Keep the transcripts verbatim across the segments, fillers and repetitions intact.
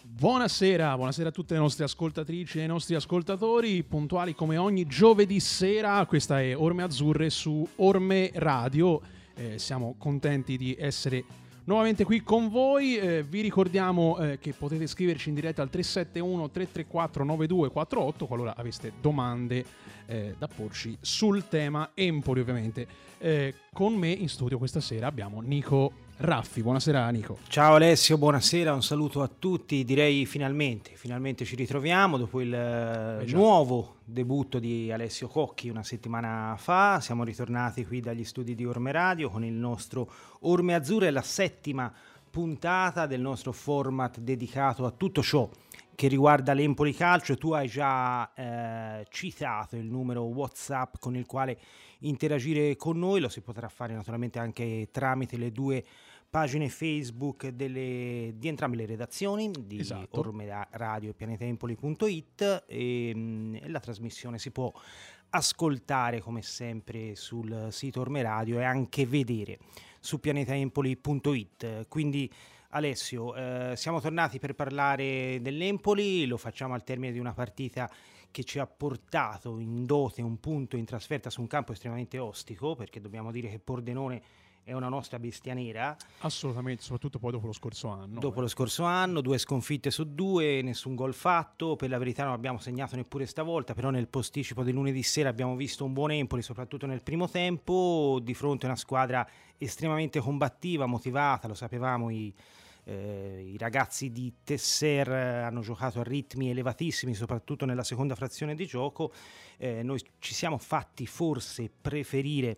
Buonasera, buonasera a tutte le nostre ascoltatrici e ai nostri ascoltatori, puntuali come ogni giovedì sera. Questa è Orme Azzurre su Orme Radio. Eh, siamo contenti di essere nuovamente qui con voi. Eh, vi ricordiamo eh, che potete scriverci in diretta al tre sette uno tre tre quattro nove due quattro otto qualora aveste domande eh, da porci sul tema Empoli, ovviamente. Eh, con me in studio questa sera abbiamo Nico Raffi. Buonasera Nico. Ciao Alessio, buonasera, un saluto a tutti. Direi finalmente, finalmente ci ritroviamo dopo il eh, nuovo debutto di Alessio Cocchi una settimana fa. Siamo ritornati qui dagli studi di Orme Radio con il nostro Orme Azzurre, la settima puntata del nostro format dedicato a tutto ciò che riguarda l'Empoli Calcio. Tu hai già eh, citato il numero WhatsApp con il quale interagire con noi, lo si potrà fare naturalmente anche tramite le due pagine Facebook delle, di entrambe le redazioni di esatto. Orme Radio e pianetaempoli punto it e mh, la trasmissione si può ascoltare come sempre sul sito Orme Radio e anche vedere su pianetaempoli punto it. Quindi Alessio, eh, siamo tornati per parlare dell'Empoli, lo facciamo al termine di una partita che ci ha portato in dote un punto in trasferta su un campo estremamente ostico, perché dobbiamo dire che Pordenone è una nostra bestia nera. Assolutamente, soprattutto poi dopo lo scorso anno. Dopo eh. lo scorso anno, due sconfitte su due, nessun gol fatto, per la verità non abbiamo segnato neppure stavolta, però nel posticipo di lunedì sera abbiamo visto un buon Empoli, soprattutto nel primo tempo, di fronte a una squadra estremamente combattiva, motivata, lo sapevamo, i Eh, i ragazzi di Tesser hanno giocato a ritmi elevatissimi, soprattutto nella seconda frazione di gioco. Eh, noi ci siamo fatti forse preferire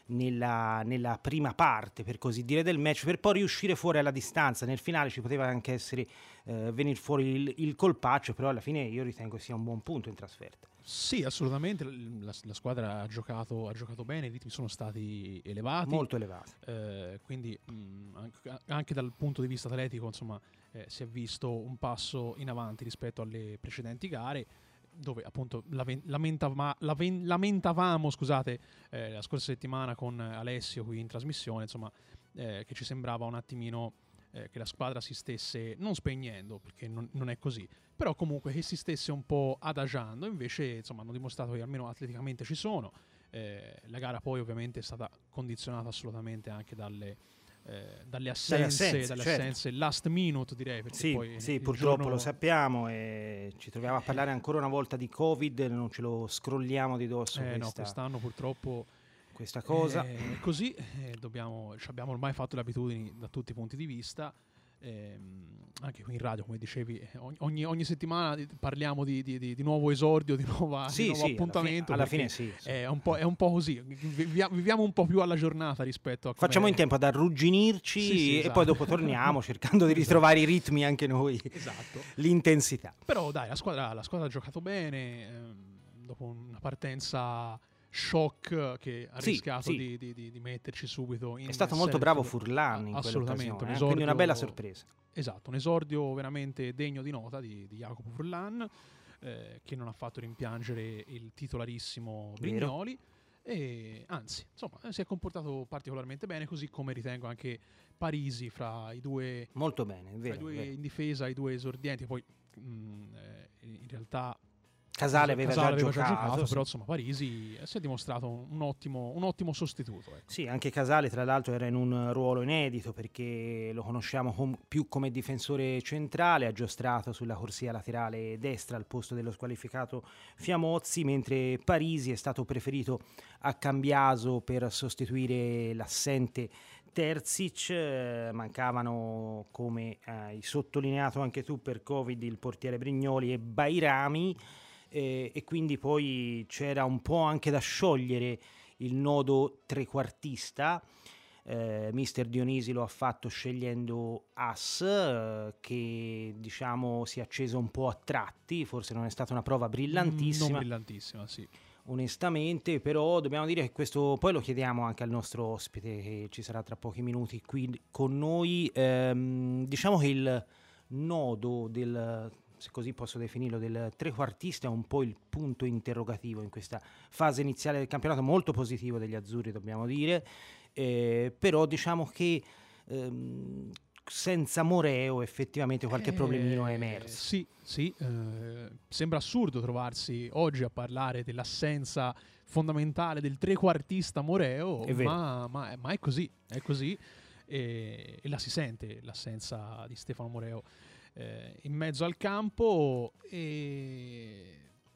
nella, nella prima parte, per così dire, del match, per poi riuscire fuori alla distanza. Nel finale ci poteva anche essere eh, venire fuori il, il colpaccio, però alla fine io ritengo sia un buon punto in trasferta. Sì, assolutamente, la, la squadra ha giocato, ha giocato bene, i ritmi sono stati elevati. Molto elevati. Eh, quindi mh, anche, anche dal punto di vista atletico, insomma, eh, si è visto un passo in avanti rispetto alle precedenti gare, dove appunto lamentava, lamentavamo scusate, eh, la scorsa settimana con Alessio qui in trasmissione, insomma, eh, che ci sembrava un attimino eh, che la squadra si stesse non spegnendo, perché non, non è così, però comunque che si stesse un po' adagiando. Invece insomma hanno dimostrato che almeno atleticamente ci sono. Eh, la gara poi ovviamente è stata condizionata assolutamente anche dalle Eh, dalle assenze, dalle assenze, dalle certo. assenze last minute, direi, perché sì, poi sì purtroppo giorno... lo sappiamo e ci troviamo a parlare ancora una volta di Covid, non ce lo scrolliamo di dosso. Eh, questa, no, quest'anno purtroppo questa cosa è così, eh, dobbiamo, ci abbiamo ormai fatto le abitudini da tutti i punti di vista. Eh, anche qui in radio, come dicevi, ogni, ogni settimana parliamo di, di, di, di nuovo esordio, di, nuova, sì, di nuovo sì, appuntamento. Alla fine, alla fine sì, sì. È, un po', è un po' così, viviamo un po' più alla giornata rispetto a come... Facciamo in tempo ad arrugginirci sì, sì, esatto. E poi dopo torniamo cercando di ritrovare esatto. i ritmi anche noi, esatto. l'intensità. Però dai, la squadra, la squadra ha giocato bene, ehm, dopo una partenza... shock che ha sì, rischiato sì. Di, di, di, di metterci subito in è stato molto bravo Furlan in assolutamente quell'occasione, un eh? esordio, quindi una bella sorpresa. Esatto, un esordio veramente degno di nota di, di Jacopo Furlan, eh, che non ha fatto rimpiangere il titolarissimo Brignoli. Vero. E anzi, insomma, si è comportato particolarmente bene, così come ritengo anche Parisi fra i due, molto bene, è vero, fra i due vero. in difesa, i due esordienti. Poi mh, eh, in realtà Casale aveva, Casale già, aveva giocato, già giocato, sì. Però insomma Parisi si è dimostrato un ottimo, un ottimo sostituto. Ecco. Sì, anche Casale tra l'altro era in un ruolo inedito, perché lo conosciamo com- più come difensore centrale, ha giostrato sulla corsia laterale destra al posto dello squalificato Fiamozzi, mentre Parisi è stato preferito a Cambiaso per sostituire l'assente Terzic. Eh, mancavano, come hai sottolineato anche tu, per Covid il portiere Brignoli e Bairami. E, e quindi poi c'era un po' anche da sciogliere il nodo trequartista. eh, mister Dionisi lo ha fatto scegliendo As, eh, che diciamo si è acceso un po' a tratti, forse non è stata una prova brillantissima, non brillantissima sì. onestamente, però dobbiamo dire che questo, poi lo chiediamo anche al nostro ospite che ci sarà tra pochi minuti qui con noi. ehm, diciamo che il nodo del, se così posso definirlo, del trequartista è un po' il punto interrogativo in questa fase iniziale del campionato, molto positivo degli azzurri dobbiamo dire, eh, però diciamo che ehm, senza Moreo effettivamente qualche eh, problemino è emerso. Sì, sì, eh, sembra assurdo trovarsi oggi a parlare dell'assenza fondamentale del trequartista Moreo, ma, ma, ma è così, è così e, e la si sente l'assenza di Stefano Moreo eh, in mezzo al campo. E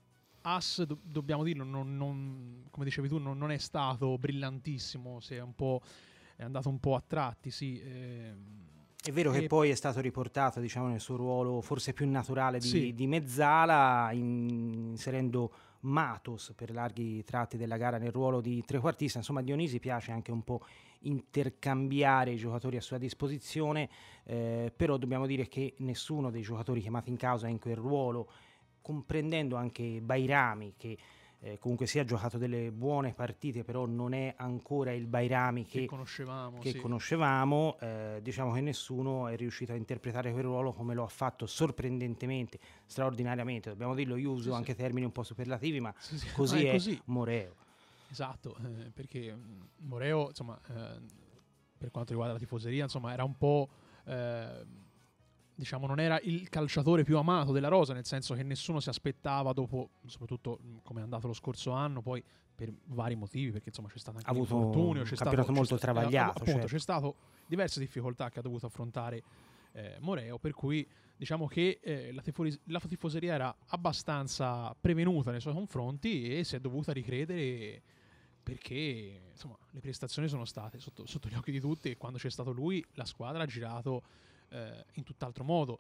As, do- dobbiamo dirlo, non, non, come dicevi tu, non, non è stato brillantissimo, si è un po' è andato un po' a tratti, sì. Eh, È vero che e poi è stato riportato, diciamo, nel suo ruolo forse più naturale di, sì. di mezzala, in- inserendo Matos per larghi tratti della gara nel ruolo di trequartista. Insomma, a Dionisi piace anche un po' intercambiare i giocatori a sua disposizione, eh, però dobbiamo dire che nessuno dei giocatori chiamati in causa in quel ruolo, comprendendo anche Bairami, che Eh, comunque sia ha giocato delle buone partite, però non è ancora il Bairami che, che conoscevamo, che sì. conoscevamo eh, diciamo che nessuno è riuscito a interpretare quel ruolo come lo ha fatto sorprendentemente, straordinariamente, dobbiamo dirlo. Io uso sì, anche sì. termini un po' superlativi, ma sì, sì. così ah, è è così. Moreo. Esatto, eh, perché Moreo, insomma, eh, per quanto riguarda la tifoseria, insomma, era un po' eh, diciamo, non era il calciatore più amato della rosa, nel senso che nessuno si aspettava dopo, soprattutto come è andato lo scorso anno, poi per vari motivi, perché insomma c'è stato anche Ha avuto l'infortunio, un c'è campionato stato, molto c'è sta- travagliato, appunto, certo. c'è stato diverse difficoltà che ha dovuto affrontare eh, Moreo, per cui diciamo che eh, la, tifori- la tifoseria era abbastanza prevenuta nei suoi confronti e si è dovuta ricredere, perché insomma le prestazioni sono state sotto, sotto gli occhi di tutti, e quando c'è stato lui la squadra ha girato eh, in tutt'altro modo.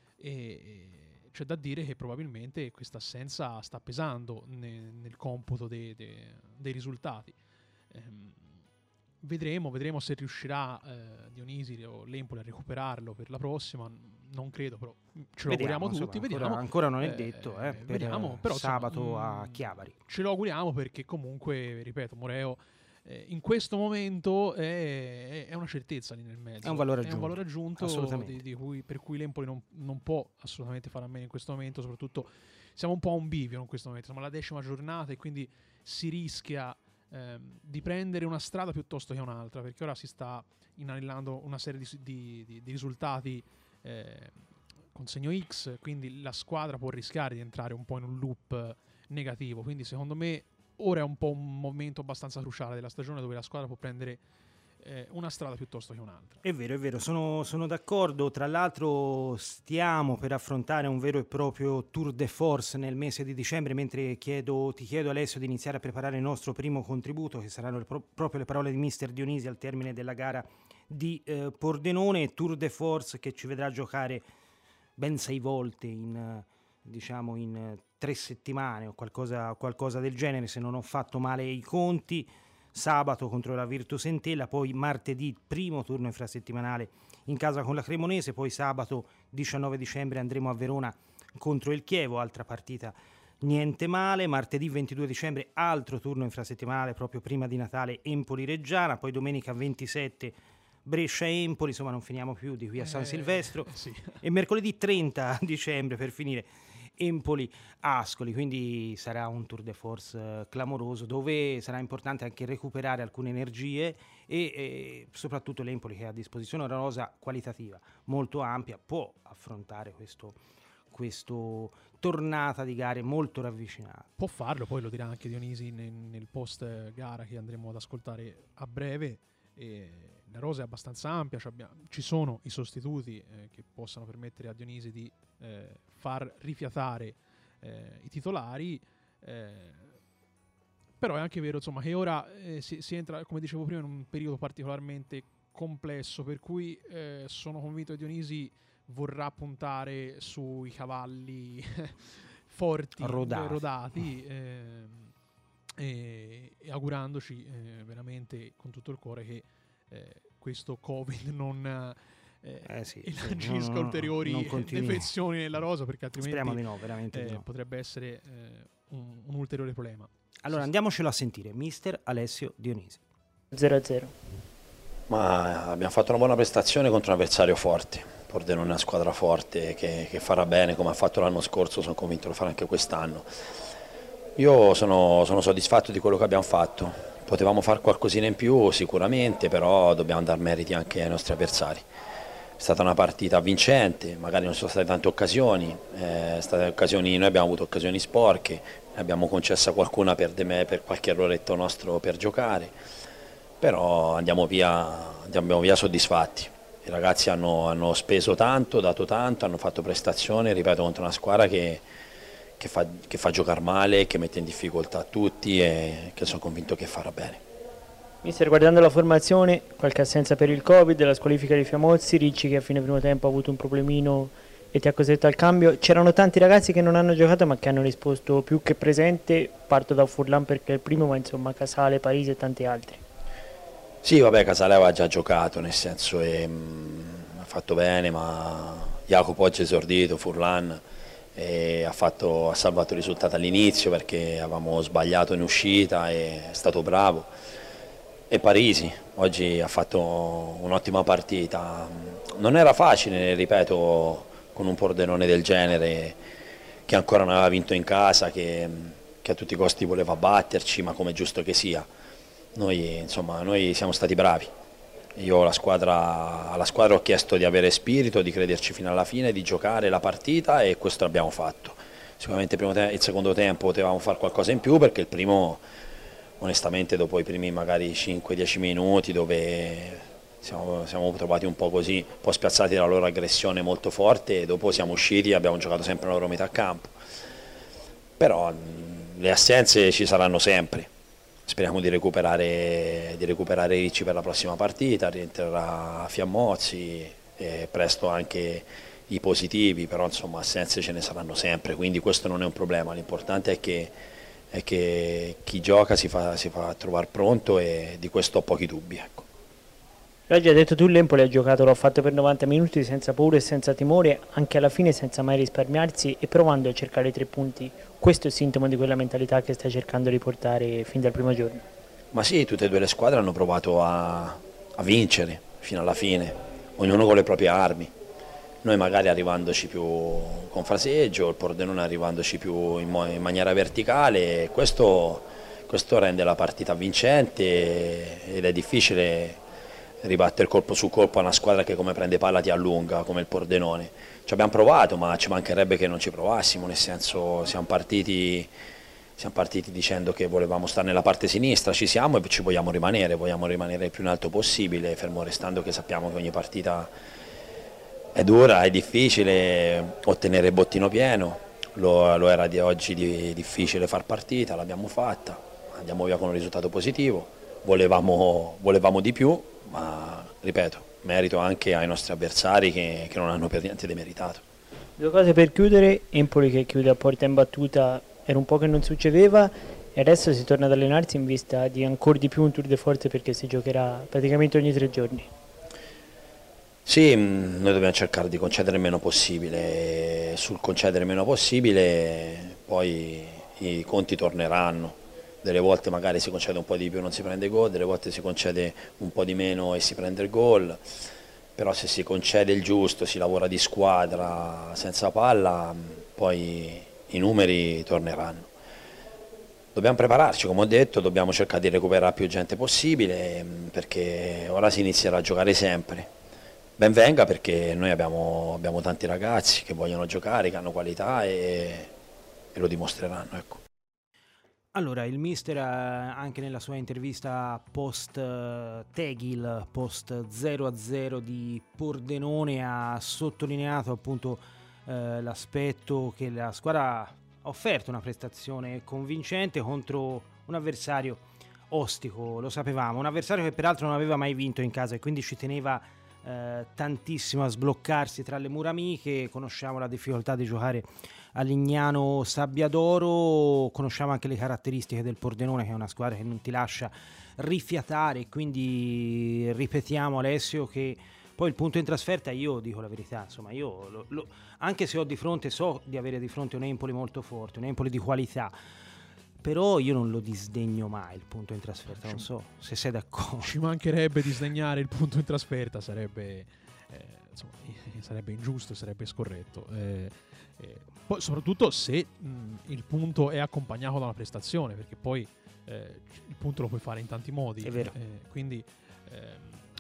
E c'è da dire che probabilmente questa assenza sta pesando ne, nel computo dei, dei, dei risultati. Ehm, vedremo, vedremo se riuscirà eh, Dionisi o l'Empoli a recuperarlo per la prossima. Non credo, però ce lo Vediamo, auguriamo tutti. insomma, vediamo. Ancora, ancora non è Eh, detto eh, per vediamo, però, sabato insomma, a Chiavari. Ce lo auguriamo, perché comunque, ripeto, Moreo Eh, in questo momento è, è una certezza lì nel mezzo, È un valore è un valore aggiunto di, di cui, per cui l'Empoli non, non può assolutamente fare a meno in questo momento. Soprattutto siamo un po' a un bivio in questo momento, siamo alla decima giornata e quindi si rischia ehm, di prendere una strada piuttosto che un'altra, perché ora si sta inanellando una serie di, di, di, di risultati eh, con segno X, quindi la squadra può rischiare di entrare un po' in un loop negativo. Quindi secondo me ora è un po' un momento abbastanza cruciale della stagione, dove la squadra può prendere eh, una strada piuttosto che un'altra. È vero, è vero, sono, sono d'accordo. Tra l'altro stiamo per affrontare un vero e proprio tour de force nel mese di dicembre, mentre chiedo, ti chiedo, Alessio, di iniziare a preparare il nostro primo contributo, che saranno le, pro, proprio le parole di mister Dionisi al termine della gara di eh, Pordenone. Tour de force che ci vedrà giocare ben sei volte in, diciamo, in tre settimane o qualcosa, qualcosa del genere, se non ho fatto male i conti. Sabato contro la Virtus Entella, poi martedì primo turno infrasettimanale in casa con la Cremonese, poi sabato diciannove dicembre andremo a Verona contro il Chievo, altra partita niente male. Martedì ventidue dicembre altro turno infrasettimanale proprio prima di Natale, Empoli-Reggiana, poi domenica ventisette Brescia-Empoli, insomma non finiamo più di qui a San Eh, Silvestro, sì. e mercoledì trenta dicembre per finire Empoli-Ascoli, quindi sarà un tour de force eh, clamoroso, dove sarà importante anche recuperare alcune energie e, e soprattutto l'Empoli, che ha a disposizione una rosa qualitativa molto ampia, può affrontare questo, questo tornata di gare molto ravvicinate. Può farlo, poi lo dirà anche Dionisi nel, nel post gara che andremo ad ascoltare a breve. E la rosa è abbastanza ampia, ci sono i sostituti eh, che possano permettere a Dionisi di eh, far rifiatare eh, i titolari, eh, però è anche vero, insomma, che ora eh, si, si entra, come dicevo prima, in un periodo particolarmente complesso, per cui eh, sono convinto che Dionisi vorrà puntare sui cavalli forti, rodati, rodati eh, E, e augurandoci eh, veramente con tutto il cuore che eh, questo Covid non eh, eh sì, elargisca sì, no, no, ulteriori defezioni nella rosa, perché altrimenti speriamo di no, veramente eh, di no. potrebbe essere eh, un, un ulteriore problema. Allora sì, andiamocelo a sentire, mister Alessio Dionisi. zero a zero. Ma abbiamo fatto una buona prestazione contro un avversario forte. Pordenone è una squadra forte che, che farà bene come ha fatto l'anno scorso, sono convinto lo farà anche quest'anno. Io sono, sono soddisfatto di quello che abbiamo fatto, potevamo fare qualcosina in più sicuramente, però dobbiamo dar meriti anche ai nostri avversari. stata una partita vincente, magari non sono state tante occasioni, eh, state occasioni, noi abbiamo avuto occasioni sporche, ne abbiamo concessa qualcuna per, de me, per qualche erroretto nostro per giocare, però andiamo via, andiamo via soddisfatti. I ragazzi hanno, hanno speso tanto, dato tanto, hanno fatto prestazione, ripeto, contro una squadra che, che, fa, che fa giocare male, che mette in difficoltà tutti e che sono convinto che farà bene. Mister, guardando la formazione, qualche assenza per il Covid, la squalifica di Fiamozzi, Ricci che a fine primo tempo ha avuto un problemino e ti ha costretto al cambio. C'erano tanti ragazzi che non hanno giocato ma che hanno risposto più che presente. Parto da Furlan perché è il primo, ma insomma Casale, Parisi e tanti altri. Sì, vabbè, Casale aveva già giocato, nel senso che mh, ha fatto bene, ma Jacopo oggi è esordito, Furlan e ha, fatto, ha salvato il risultato all'inizio perché avevamo sbagliato in uscita e è stato bravo. E Parisi oggi ha fatto un'ottima partita, non era facile, ripeto, con un Pordenone del genere che ancora non aveva vinto in casa, che, che a tutti i costi voleva batterci, ma come è giusto che sia. Noi, insomma, noi siamo stati bravi, io alla squadra, alla squadra ho chiesto di avere spirito, di crederci fino alla fine, di giocare la partita e questo l'abbiamo fatto. Sicuramente il, primo te- il secondo tempo potevamo fare qualcosa in più perché il primo... onestamente dopo i primi magari cinque dieci minuti dove siamo, siamo trovati un po' così, un po' spiazzati dalla loro aggressione molto forte e dopo siamo usciti e abbiamo giocato sempre la loro metà campo. Però mh, le assenze ci saranno sempre, speriamo di recuperare, di recuperare Ricci per la prossima partita, rientrerà Fiammozzi e presto anche i positivi, però insomma assenze ce ne saranno sempre, quindi questo non è un problema, l'importante è che è che chi gioca si fa, si fa trovare pronto e di questo ho pochi dubbi. Ecco. Oggi hai detto tu l'Empoli ha giocato, l'ho fatto per novanta minuti senza paura e senza timore, anche alla fine senza mai risparmiarsi e provando a cercare i tre punti. Questo è il sintomo di quella mentalità che stai cercando di portare fin dal primo giorno? Ma sì, tutte e due le squadre hanno provato a, a vincere fino alla fine, ognuno con le proprie armi. Noi magari arrivandoci più con fraseggio, il Pordenone arrivandoci più in, in maniera verticale, questo, questo rende la partita vincente ed è difficile ribattere colpo su colpo a una squadra che come prende palla ti allunga, come il Pordenone. Ci abbiamo provato, ma ci mancherebbe che non ci provassimo, nel senso siamo partiti, siamo partiti dicendo che volevamo stare nella parte sinistra, ci siamo e ci vogliamo rimanere, vogliamo rimanere il più in alto possibile, fermo restando che sappiamo che ogni partita è dura, è difficile ottenere il bottino pieno, lo, lo era di oggi di, difficile far partita, l'abbiamo fatta, andiamo via con un risultato positivo, volevamo, volevamo di più, ma ripeto, merito anche ai nostri avversari che, che non hanno per niente demeritato. Due cose per chiudere, Empoli che chiude a porta imbattuta, era un po' che non succedeva e adesso si torna ad allenarsi in vista di ancora di più un tour de force perché si giocherà praticamente ogni tre giorni. Sì, noi dobbiamo cercare di concedere il meno possibile, sul concedere il meno possibile poi i conti torneranno, delle volte magari si concede un po' di più e non si prende gol, delle volte si concede un po' di meno e si prende il gol, però se si concede il giusto, si lavora di squadra senza palla, poi i numeri torneranno. Dobbiamo prepararci, come ho detto, dobbiamo cercare di recuperare più gente possibile perché ora si inizierà a giocare sempre. Ben venga perché noi abbiamo, abbiamo tanti ragazzi che vogliono giocare, che hanno qualità e, e lo dimostreranno. Ecco. Allora, il mister anche nella sua intervista post Tegil, post zero a zero di Pordenone ha sottolineato appunto eh, l'aspetto che la squadra ha offerto una prestazione convincente contro un avversario ostico, lo sapevamo, un avversario che peraltro non aveva mai vinto in casa e quindi ci teneva Eh, tantissimo a sbloccarsi tra le mura amiche. Conosciamo la difficoltà di giocare a Lignano Sabbiadoro, conosciamo anche le caratteristiche del Pordenone che è una squadra che non ti lascia rifiatare, quindi ripetiamo Alessio che poi il punto in trasferta, io dico la verità, insomma io lo, lo, anche se ho di fronte, so di avere di fronte un Empoli molto forte, un Empoli di qualità, però io non lo disdegno mai il punto in trasferta, non so se sei d'accordo. Ci mancherebbe disdegnare il punto in trasferta, sarebbe, eh, insomma, sarebbe ingiusto, sarebbe scorretto. Eh, eh, poi soprattutto se mh, il punto è accompagnato da una prestazione, perché poi eh, il punto lo puoi fare in tanti modi. È vero. Eh, quindi eh,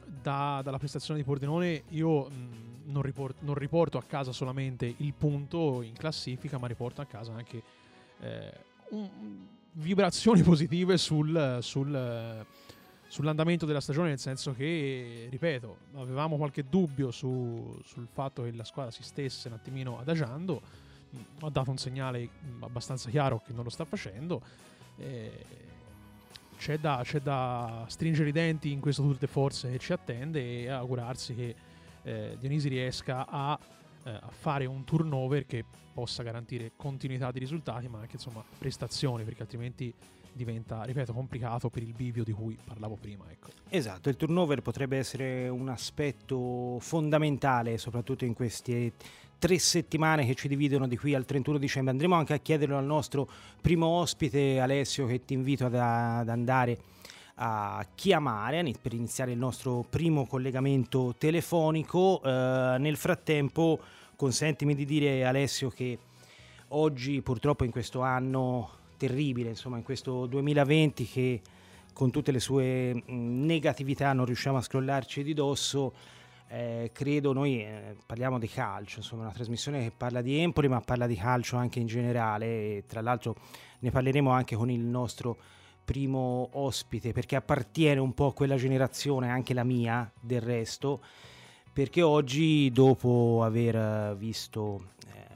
da, dalla prestazione di Pordenone io mh, non, riport- non riporto a casa solamente il punto in classifica, ma riporto a casa anche eh, un, vibrazioni positive sul, sul, sull'andamento della stagione, nel senso che, ripeto, avevamo qualche dubbio su, sul fatto che la squadra si stesse un attimino adagiando. Mh, ha dato un segnale mh, abbastanza chiaro che non lo sta facendo. Eh, C'è da, c'è da stringere i denti in questo Tour de Force che ci attende e augurarsi che eh, Dionisi riesca a, eh, a fare un turnover che possa garantire continuità di risultati, ma anche insomma prestazioni, perché altrimenti diventa, ripeto, complicato per il bivio di cui parlavo prima. Ecco. Esatto, il turnover potrebbe essere un aspetto fondamentale, soprattutto in queste tre settimane che ci dividono di qui al trentuno dicembre. Andremo anche a chiederlo al nostro primo ospite, Alessio, che ti invito ad, ad andare a chiamare per iniziare il nostro primo collegamento telefonico. Eh, nel frattempo consentimi di dire, Alessio, che oggi purtroppo in questo anno terribile, insomma in questo duemilaventi che con tutte le sue mh, negatività non riusciamo a scrollarci di dosso, eh, credo noi eh, parliamo di calcio, insomma una trasmissione che parla di Empoli ma parla di calcio anche in generale, e tra l'altro ne parleremo anche con il nostro primo ospite, perché appartiene un po' a quella generazione, anche la mia del resto, perché oggi, dopo aver visto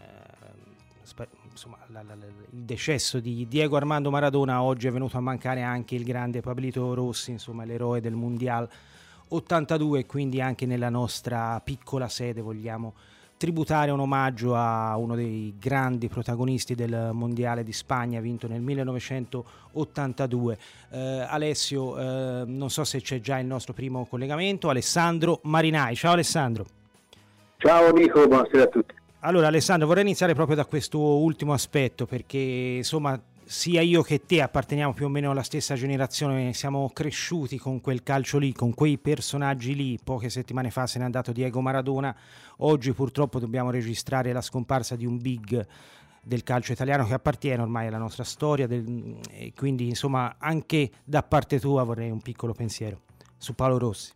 eh, insomma la, la, la, il decesso di Diego Armando Maradona, oggi è venuto a mancare anche il grande Pablito Rossi, insomma l'eroe del Mondial ottantadue, quindi anche nella nostra piccola sede vogliamo tributare un omaggio a uno dei grandi protagonisti del Mondiale di Spagna vinto nel millenovecentottantadue. Eh, Alessio, eh, non so se c'è già il nostro primo collegamento, Alessandro Marinai. Ciao Alessandro. Ciao Nico, buonasera a tutti. Allora Alessandro, vorrei iniziare proprio da questo ultimo aspetto, perché insomma sia io che te apparteniamo più o meno alla stessa generazione, siamo cresciuti con quel calcio lì, con quei personaggi lì. Poche settimane fa se n'è andato Diego Maradona, oggi purtroppo dobbiamo registrare la scomparsa di un big del calcio italiano che appartiene ormai alla nostra storia, del, e quindi insomma anche da parte tua vorrei un piccolo pensiero su Paolo Rossi.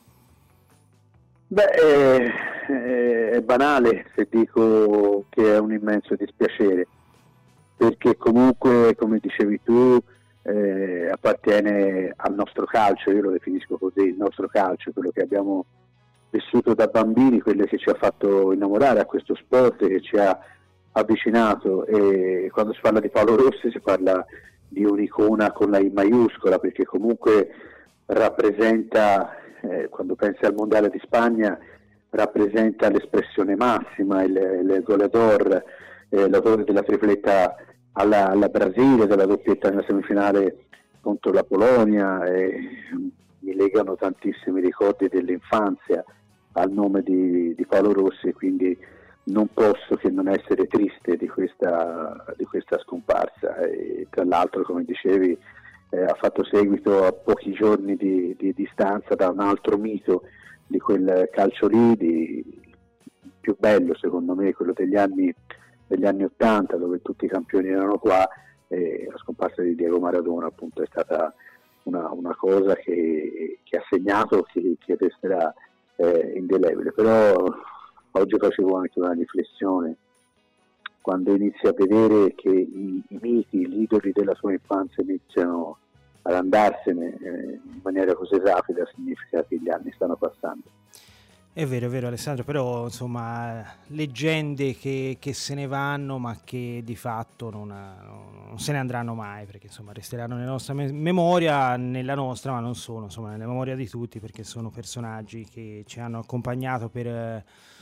Beh, è, è banale se dico che è un immenso dispiacere, perché comunque, come dicevi tu, eh, appartiene al nostro calcio, io lo definisco così, il nostro calcio, quello che abbiamo vissuto da bambini, quello che ci ha fatto innamorare a questo sport, che ci ha avvicinato. E quando si parla di Paolo Rossi si parla di un'icona con la I maiuscola, perché comunque rappresenta, eh, quando pensi al Mondiale di Spagna, rappresenta l'espressione massima, il, il goleador, Eh, l'autore della tripletta alla, alla Brasile, della doppietta nella semifinale contro la Polonia. E mi legano tantissimi ricordi dell'infanzia al nome di, di Paolo Rossi, quindi non posso che non essere triste di questa, di questa scomparsa. E tra l'altro, come dicevi, eh, ha fatto seguito a pochi giorni di, di distanza da un altro mito di quel calcio lì, di, più bello secondo me, quello degli anni degli anni ottanta, dove tutti i campioni erano qua, e la scomparsa di Diego Maradona appunto è stata una, una cosa che, che ha segnato, che, che resterà eh, indelebile. Però oggi facevo anche una riflessione, quando inizi a vedere che i, i miti, gli idoli della sua infanzia iniziano ad andarsene eh, in maniera così rapida, significa che gli anni stanno passando. È vero, è vero Alessandro, però insomma leggende che, che se ne vanno ma che di fatto non, non se ne andranno mai, perché insomma resteranno nella nostra me- memoria, nella nostra, ma non solo, insomma nella memoria di tutti, perché sono personaggi che ci hanno accompagnato per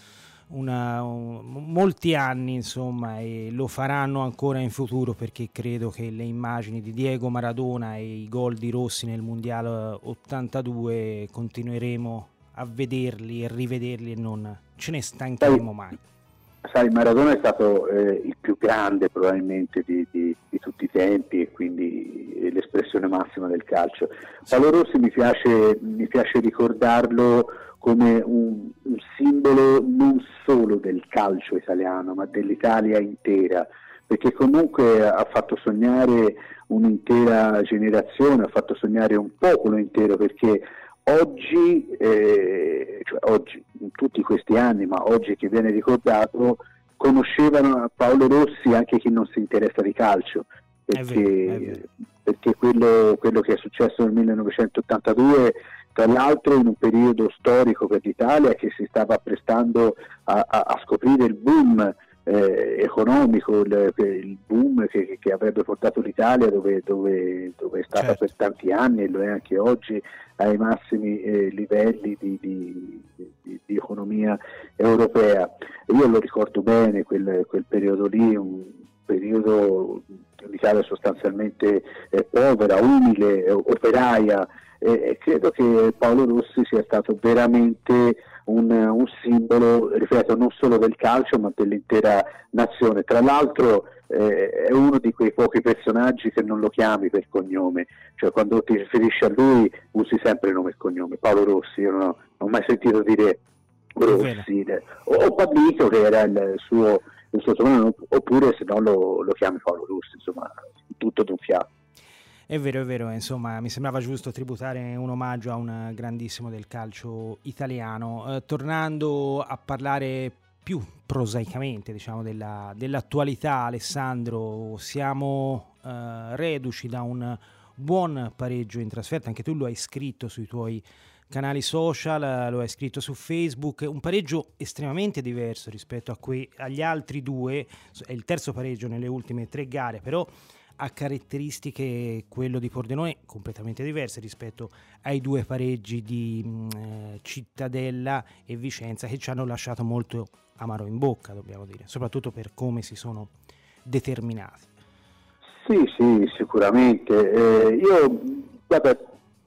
una, un, molti anni, insomma, e lo faranno ancora in futuro, perché credo che le immagini di Diego Maradona e i gol di Rossi nel Mondiale ottantadue continueremo a vederli e rivederli e non ce ne stancheremo mai. Sai, Maradona è stato eh, il più grande probabilmente di, di, di tutti i tempi, e quindi l'espressione massima del calcio. Paolo Rossi mi piace, mi piace ricordarlo come un, un simbolo non solo del calcio italiano, ma dell'Italia intera, perché comunque ha fatto sognare un'intera generazione, ha fatto sognare un popolo intero, perché oggi, eh, cioè oggi, in tutti questi anni, ma oggi che viene ricordato, conoscevano Paolo Rossi anche chi non si interessa di calcio, perché, è vero, è vero. perché quello, quello che è successo nel millenovecentottantadue, tra l'altro in un periodo storico per l'Italia che si stava apprestando a, a, a scoprire il boom eh, economico, il, il boom che, che avrebbe portato l'Italia dove, dove, dove è stata certo. per tanti anni, e lo è anche oggi, ai massimi eh, livelli di, di, di, di economia europea. Io lo ricordo bene quel, quel periodo lì, un periodo l'Italia sostanzialmente eh, povera, umile, eh, operaia, eh, e credo che Paolo Rossi sia stato veramente un, un simbolo, ripeto, non solo del calcio ma dell'intera nazione. Tra l'altro eh, è uno di quei pochi personaggi che non lo chiami per cognome, cioè quando ti riferisci a lui usi sempre il nome e cognome, Paolo Rossi. Io non ho, non ho mai sentito dire Rossi o, o Pablito, che era il suo, il suo soprannome, oppure se no lo, lo chiami Paolo Rossi, insomma, tutto d'un fiato. È vero, è vero, insomma, mi sembrava giusto tributare un omaggio a un grandissimo del calcio italiano. Eh, tornando a parlare più prosaicamente, diciamo, della, dell'attualità, Alessandro, siamo eh, reduci da un buon pareggio in trasferta, anche tu lo hai scritto sui tuoi canali social, lo hai scritto su Facebook, un pareggio estremamente diverso rispetto a que- agli altri due, è il terzo pareggio nelle ultime tre gare, però ha caratteristiche, quello di Pordenone, completamente diverse rispetto ai due pareggi di eh, Cittadella e Vicenza, che ci hanno lasciato molto amaro in bocca, dobbiamo dire, soprattutto per come si sono determinati. Sì, sì, sicuramente. Eh, io, guarda,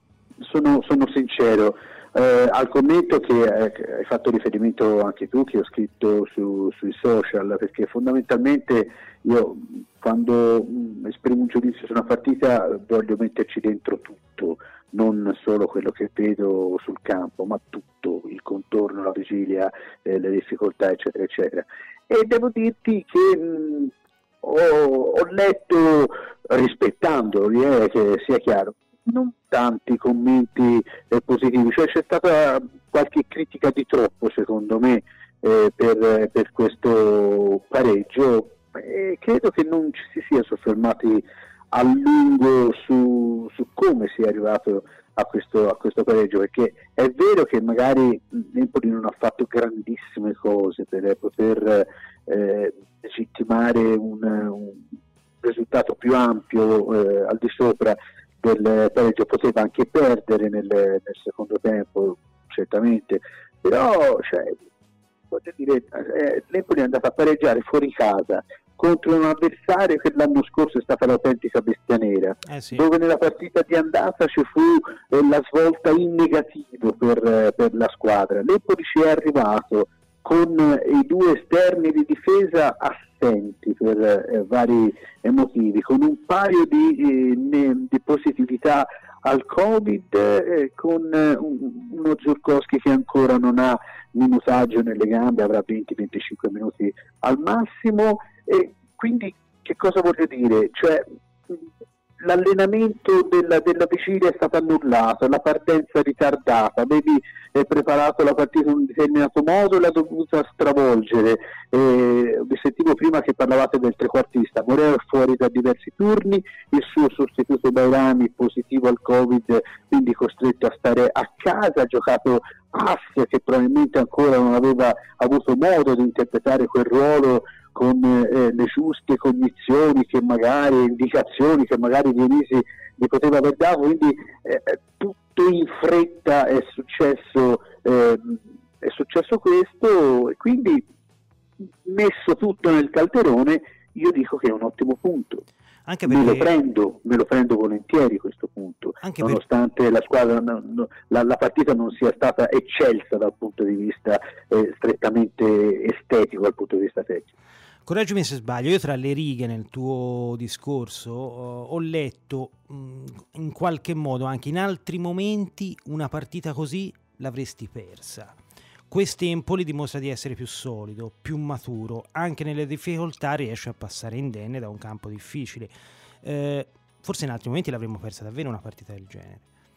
sono, sono sincero, eh, al commento che eh, hai fatto riferimento anche tu, che ho scritto su, sui social, perché fondamentalmente io quando mh, esprimo un giudizio su una partita voglio metterci dentro tutto, non solo quello che vedo sul campo, ma tutto, il contorno, la vigilia, eh, le difficoltà, eccetera, eccetera. E devo dirti che mh, ho, ho letto, rispettandoli, eh, che sia chiaro, non tanti commenti eh, positivi, cioè c'è stata qualche critica di troppo secondo me eh, per, per questo pareggio, e credo che non ci si sia soffermati a lungo su, su come si è arrivato a questo, a questo pareggio, perché è vero che magari l'Empoli non ha fatto grandissime cose per poter eh, legittimare un, un risultato più ampio eh, al di sopra del pareggio, poteva anche perdere nel, nel secondo tempo certamente, però cioè, voglio dire, eh, l'Empoli è andata a pareggiare fuori casa contro un avversario che l'anno scorso è stata l'autentica bestia nera, eh sì. dove nella partita di andata ci fu eh, la svolta in negativo per, eh, per la squadra. L'Empoli ci è arrivato con eh, i due esterni di difesa assenti per eh, vari eh, motivi, con un paio di, eh, ne, di positività al Covid, eh, con eh, un, uno Zurkowski che ancora non ha minutaggio nelle gambe, avrà venti venticinque minuti al massimo. E quindi che cosa voglio dire? Cioè, l'allenamento della, della vigilia è stato annullato, la partenza ritardata, avevi eh, preparato la partita in un determinato modo e l'ha dovuta stravolgere. Eh, vi sentivo prima che parlavate del trequartista, Moreo è fuori da diversi turni, il suo sostituto Bairami positivo al Covid, quindi costretto a stare a casa, ha giocato Ass che probabilmente ancora non aveva avuto modo di interpretare quel ruolo con eh, le giuste cognizioni che magari, indicazioni che magari Dionisi gli poteva aver dato, quindi eh, tutto in fretta è successo, eh, è successo questo, e quindi messo tutto nel calderone io dico che è un ottimo punto. Anche perché... me lo prendo, me lo prendo volentieri questo punto, anche nonostante per... la squadra, no, no, la, la partita non sia stata eccelsa dal punto di vista eh, strettamente estetico, dal punto di vista tecnico. Correggimi se sbaglio, io tra le righe nel tuo discorso uh, ho letto mh, in qualche modo anche in altri momenti una partita così l'avresti persa. Quest'Empoli dimostra di essere più solido, più maturo, anche nelle difficoltà riesce a passare indenne da un campo difficile. Eh, forse in altri momenti l'avremmo persa davvero una partita del genere.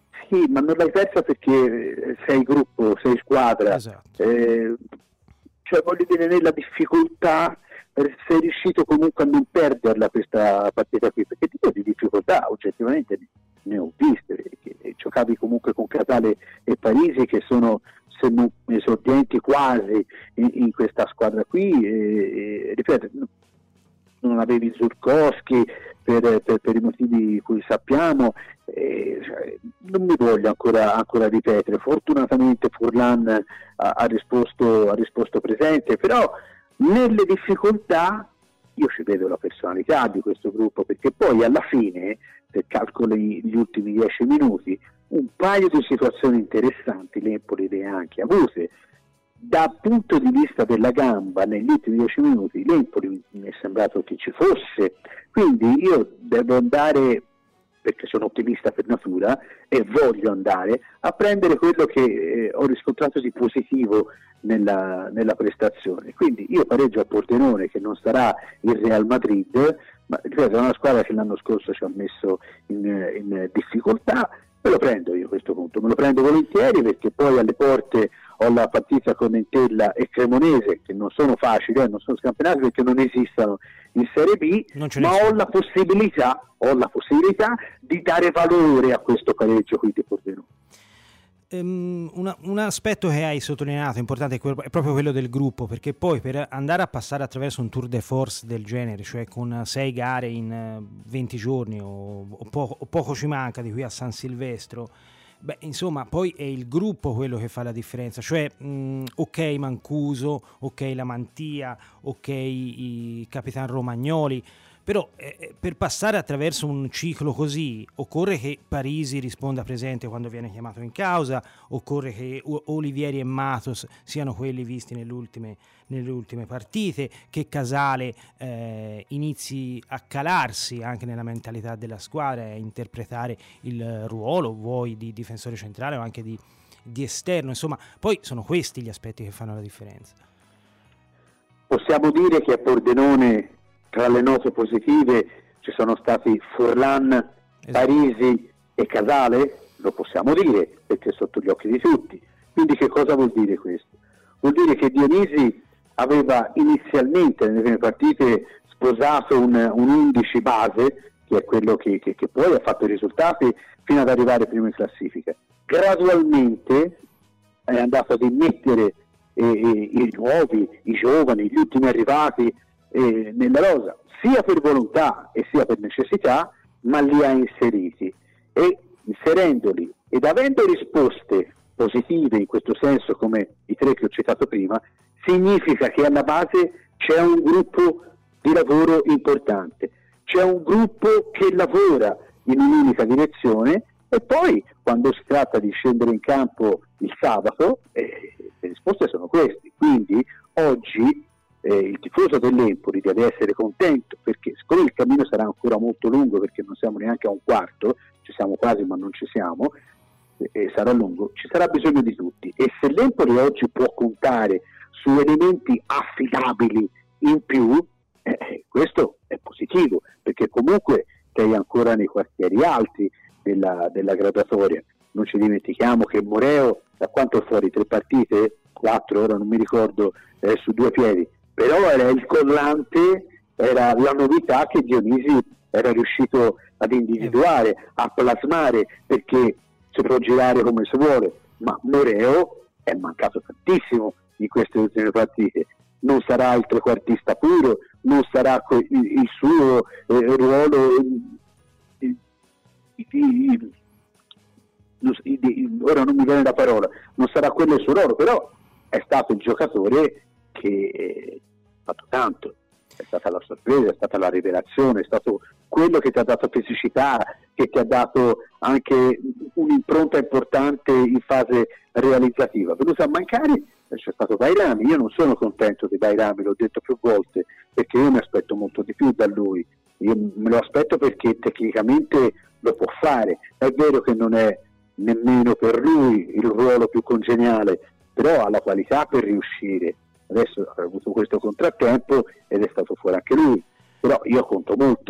Sì, ma non l'hai persa perché sei gruppo, sei squadra, esatto. eh, cioè voglio dire, nella difficoltà sei riuscito comunque a non perderla questa partita qui, perché tipo di difficoltà oggettivamente ne ho viste, perché giocavi comunque con Casale e Parisi che sono se non esordienti quasi in, in questa squadra qui, e, e ripeto, non avevi Zurkowski per, per, per i motivi cui sappiamo, eh, cioè, non mi voglio ancora, ancora ripetere. Fortunatamente Furlan ha, ha, risposto, ha risposto presente, però nelle difficoltà io ci vedo la personalità di questo gruppo, perché poi alla fine, se calcoli gli ultimi dieci minuti, un paio di situazioni interessanti l'Empoli le ha anche avute. Dal punto di vista della gamba negli ultimi dieci minuti l'Empoli mi è sembrato che ci fosse, quindi io devo andare, perché sono ottimista per natura e voglio andare a prendere quello che eh, ho riscontrato di positivo nella, nella prestazione. Quindi io pareggio a Pordenone, che non sarà il Real Madrid, ma ripeto, è una squadra che l'anno scorso ci ha messo in, in difficoltà. Me lo prendo io a questo punto, me lo prendo volentieri, perché poi alle porte ho la partita con Entella e Cremonese, che non sono facili, eh, non sono scampionati perché non esistono in Serie B, ma ho la possibilità ho la possibilità di dare valore a questo pareggio qui di Pordenone. Um, una, un aspetto che hai sottolineato importante è, quello, è proprio quello del gruppo, perché poi per andare a passare attraverso un tour de force del genere, cioè con sei gare in venti giorni o, o, po- o poco ci manca di qui a San Silvestro, beh, insomma, poi è il gruppo quello che fa la differenza, cioè mh, ok Mancuso, ok la Mantia, ok i Capitan Romagnoli, però eh, per passare attraverso un ciclo così occorre che Parisi risponda presente quando viene chiamato in causa, occorre che Olivieri e Matos siano quelli visti nelle ultime, nelle ultime partite, che Casale eh, inizi a calarsi anche nella mentalità della squadra e a interpretare il ruolo, vuoi di difensore centrale o anche di, di esterno, insomma, poi sono questi gli aspetti che fanno la differenza. Possiamo dire che a Pordenone, tra le note positive, ci sono stati Furlan, esatto, Parisi e Casale, lo possiamo dire perché è sotto gli occhi di tutti. Quindi che cosa vuol dire questo? Vuol dire che Dionisi aveva inizialmente nelle prime partite sposato un, un undici base, che è quello che, che, che poi ha fatto i risultati fino ad arrivare primo in classifica. Gradualmente è andato ad immettere eh, i nuovi, i giovani, gli ultimi arrivati Eh, nella rosa, sia per volontà e sia per necessità, ma li ha inseriti, e inserendoli ed avendo risposte positive in questo senso, come i tre che ho citato prima, significa che alla base c'è un gruppo di lavoro importante, c'è un gruppo che lavora in un'unica direzione, e poi quando si tratta di scendere in campo il sabato eh, le risposte sono queste. Quindi oggi Eh, il tifoso dell'Empoli deve essere contento, perché siccome il cammino sarà ancora molto lungo, perché non siamo neanche a un quarto, ci siamo quasi ma non ci siamo, eh, sarà lungo, ci sarà bisogno di tutti, e se l'Empoli oggi può contare su elementi affidabili in più, eh, questo è positivo, perché comunque sei ancora nei quartieri alti della, della graduatoria. Non ci dimentichiamo che Moreo, da quanto è fuori, tre partite, quattro, ora non mi ricordo, eh, su due piedi, però era il collante, era la novità che Dionisi era riuscito ad individuare, a plasmare, perché si può girare come si vuole, ma Moreo è mancato tantissimo in queste ultime partite. Non sarà il trequartista puro, non sarà il, il suo eh, ruolo, il, il, il, il, ora non mi viene la parola, non sarà quello il suo ruolo, però è stato il giocatore che ha fatto tanto, è stata la sorpresa, è stata la rivelazione, è stato quello che ti ha dato fisicità, che ti ha dato anche un'impronta importante in fase realizzativa. Venuto a mancare c'è stato Bairami. Io non sono contento di Bairami, l'ho detto più volte, perché io mi aspetto molto di più da lui. Io me lo aspetto perché tecnicamente lo può fare, è vero che non è nemmeno per lui il ruolo più congeniale, però ha la qualità per riuscire. Adesso ha avuto questo contrattempo ed è stato fuori anche lui, però io conto molto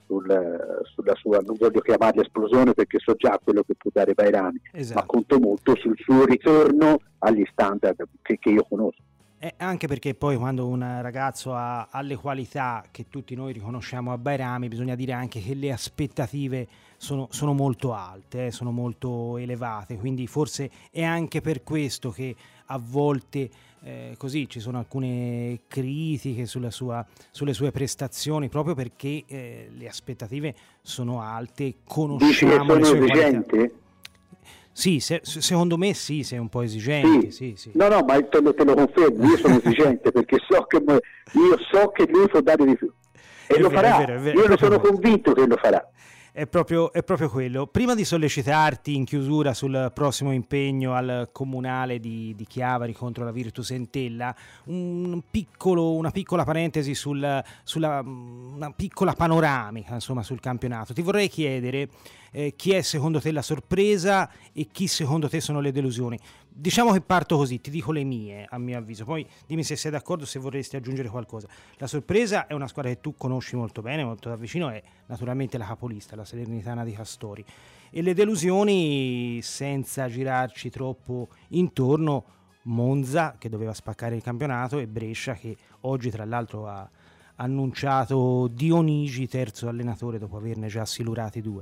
sul, sulla sua, non voglio chiamarla esplosione perché so già quello che può dare Bajrami, esatto. ma conto molto sul suo ritorno agli standard che, che io conosco. Eh, anche perché poi quando un ragazzo ha, ha le qualità che tutti noi riconosciamo a Bajrami, bisogna dire anche che le aspettative sono, sono molto alte, eh, sono molto elevate, quindi forse è anche per questo che a volte eh, così ci sono alcune critiche sulla sua, sulle sue prestazioni, proprio perché eh, le aspettative sono alte, conosciamo le sue qualità. Sì, se, secondo me sì, sei un po' esigente. Sì. Sì, sì. No, no, ma te lo, te lo confermo, io sono esigente perché so che io so che lui può dare di più e è lo vero, farà, è vero, è vero, io ne sono questo. convinto che lo farà. È proprio, è proprio quello. Prima di sollecitarti in chiusura sul prossimo impegno al comunale di, di Chiavari contro la Virtus Entella, un piccolo, una piccola parentesi sul, sulla una piccola panoramica insomma sul campionato. Ti vorrei chiedere eh, chi è secondo te la sorpresa e chi secondo te sono le delusioni. Diciamo che parto così, ti dico le mie a mio avviso, poi dimmi se sei d'accordo, se vorresti aggiungere qualcosa. La sorpresa è una squadra che tu conosci molto bene, molto da vicino, è naturalmente la capolista, la Salernitana di Castori, e le delusioni, senza girarci troppo intorno, Monza che doveva spaccare il campionato e Brescia che oggi tra l'altro ha annunciato Dionigi terzo allenatore dopo averne già silurati due.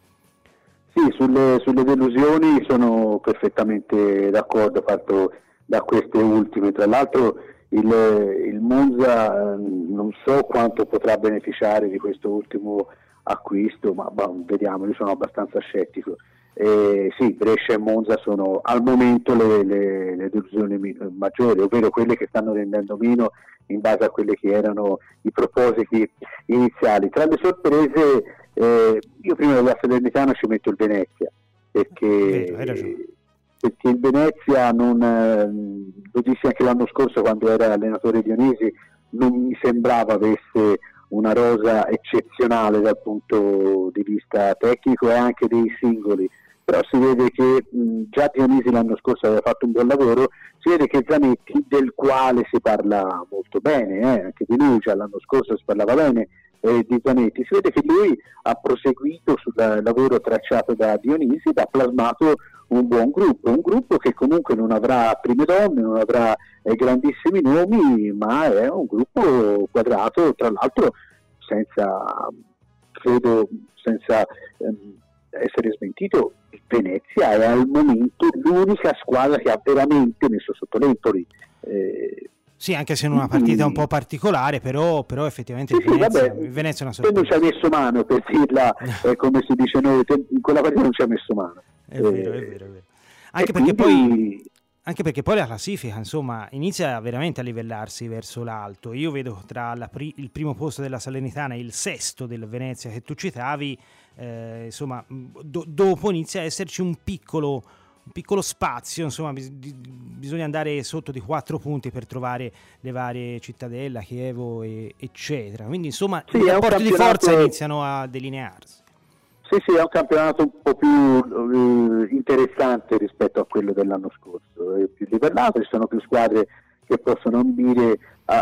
Sì, sulle, sulle delusioni sono perfettamente d'accordo, fatto da queste ultime. Tra l'altro il, il Monza non so quanto potrà beneficiare di questo ultimo acquisto, ma bah, vediamo, io sono abbastanza scettico. Eh, sì, Brescia e Monza sono al momento le, le, le delusioni maggiori, ovvero quelle che stanno rendendo meno in base a quelli che erano i propositi iniziali. Tra le sorprese, eh, io prima della Salernitana ci metto il Venezia, perché, perché il Venezia, non, eh, lo dissi anche l'anno scorso quando era allenatore Dionisi, non mi sembrava avesse una rosa eccezionale dal punto di vista tecnico e anche dei singoli, però si vede che mh, già Dionisi l'anno scorso aveva fatto un buon lavoro, si vede che Zanetti, del quale si parla molto bene, eh, anche di lui già l'anno scorso si parlava bene eh, di Zanetti, si vede che lui ha proseguito sul lavoro tracciato da Dionisi ed ha plasmato un buon gruppo, un gruppo che comunque non avrà prime donne, non avrà eh, grandissimi nomi, ma è un gruppo quadrato, tra l'altro senza, credo, senza ehm, essere smentito, Venezia è al momento l'unica squadra che ha veramente messo sotto l'Empoli. Eh, sì, anche se in una partita un po' particolare, però, però effettivamente sì, Venezia, sì, vabbè, Venezia è una sorpresa. Non ci ha messo mano, per dirla eh, come si dice noi, in quella partita non ci ha messo mano. È vero, eh, è vero, è vero. Anche perché quindi... poi anche perché poi la classifica insomma inizia veramente a livellarsi verso l'alto. Io vedo tra la pri- il primo posto della Salernitana e il sesto del Venezia che tu citavi, eh, insomma do- dopo inizia a esserci un piccolo un piccolo spazio, insomma bis- bisogna andare sotto di quattro punti per trovare le varie Cittadella, Chievo e- eccetera, quindi insomma sì, i rapporti di forza iniziano a delinearsi. Sì, sì, è un campionato un po' più eh, interessante rispetto a quello dell'anno scorso, è più livellato, ci sono più squadre che possono ambire a,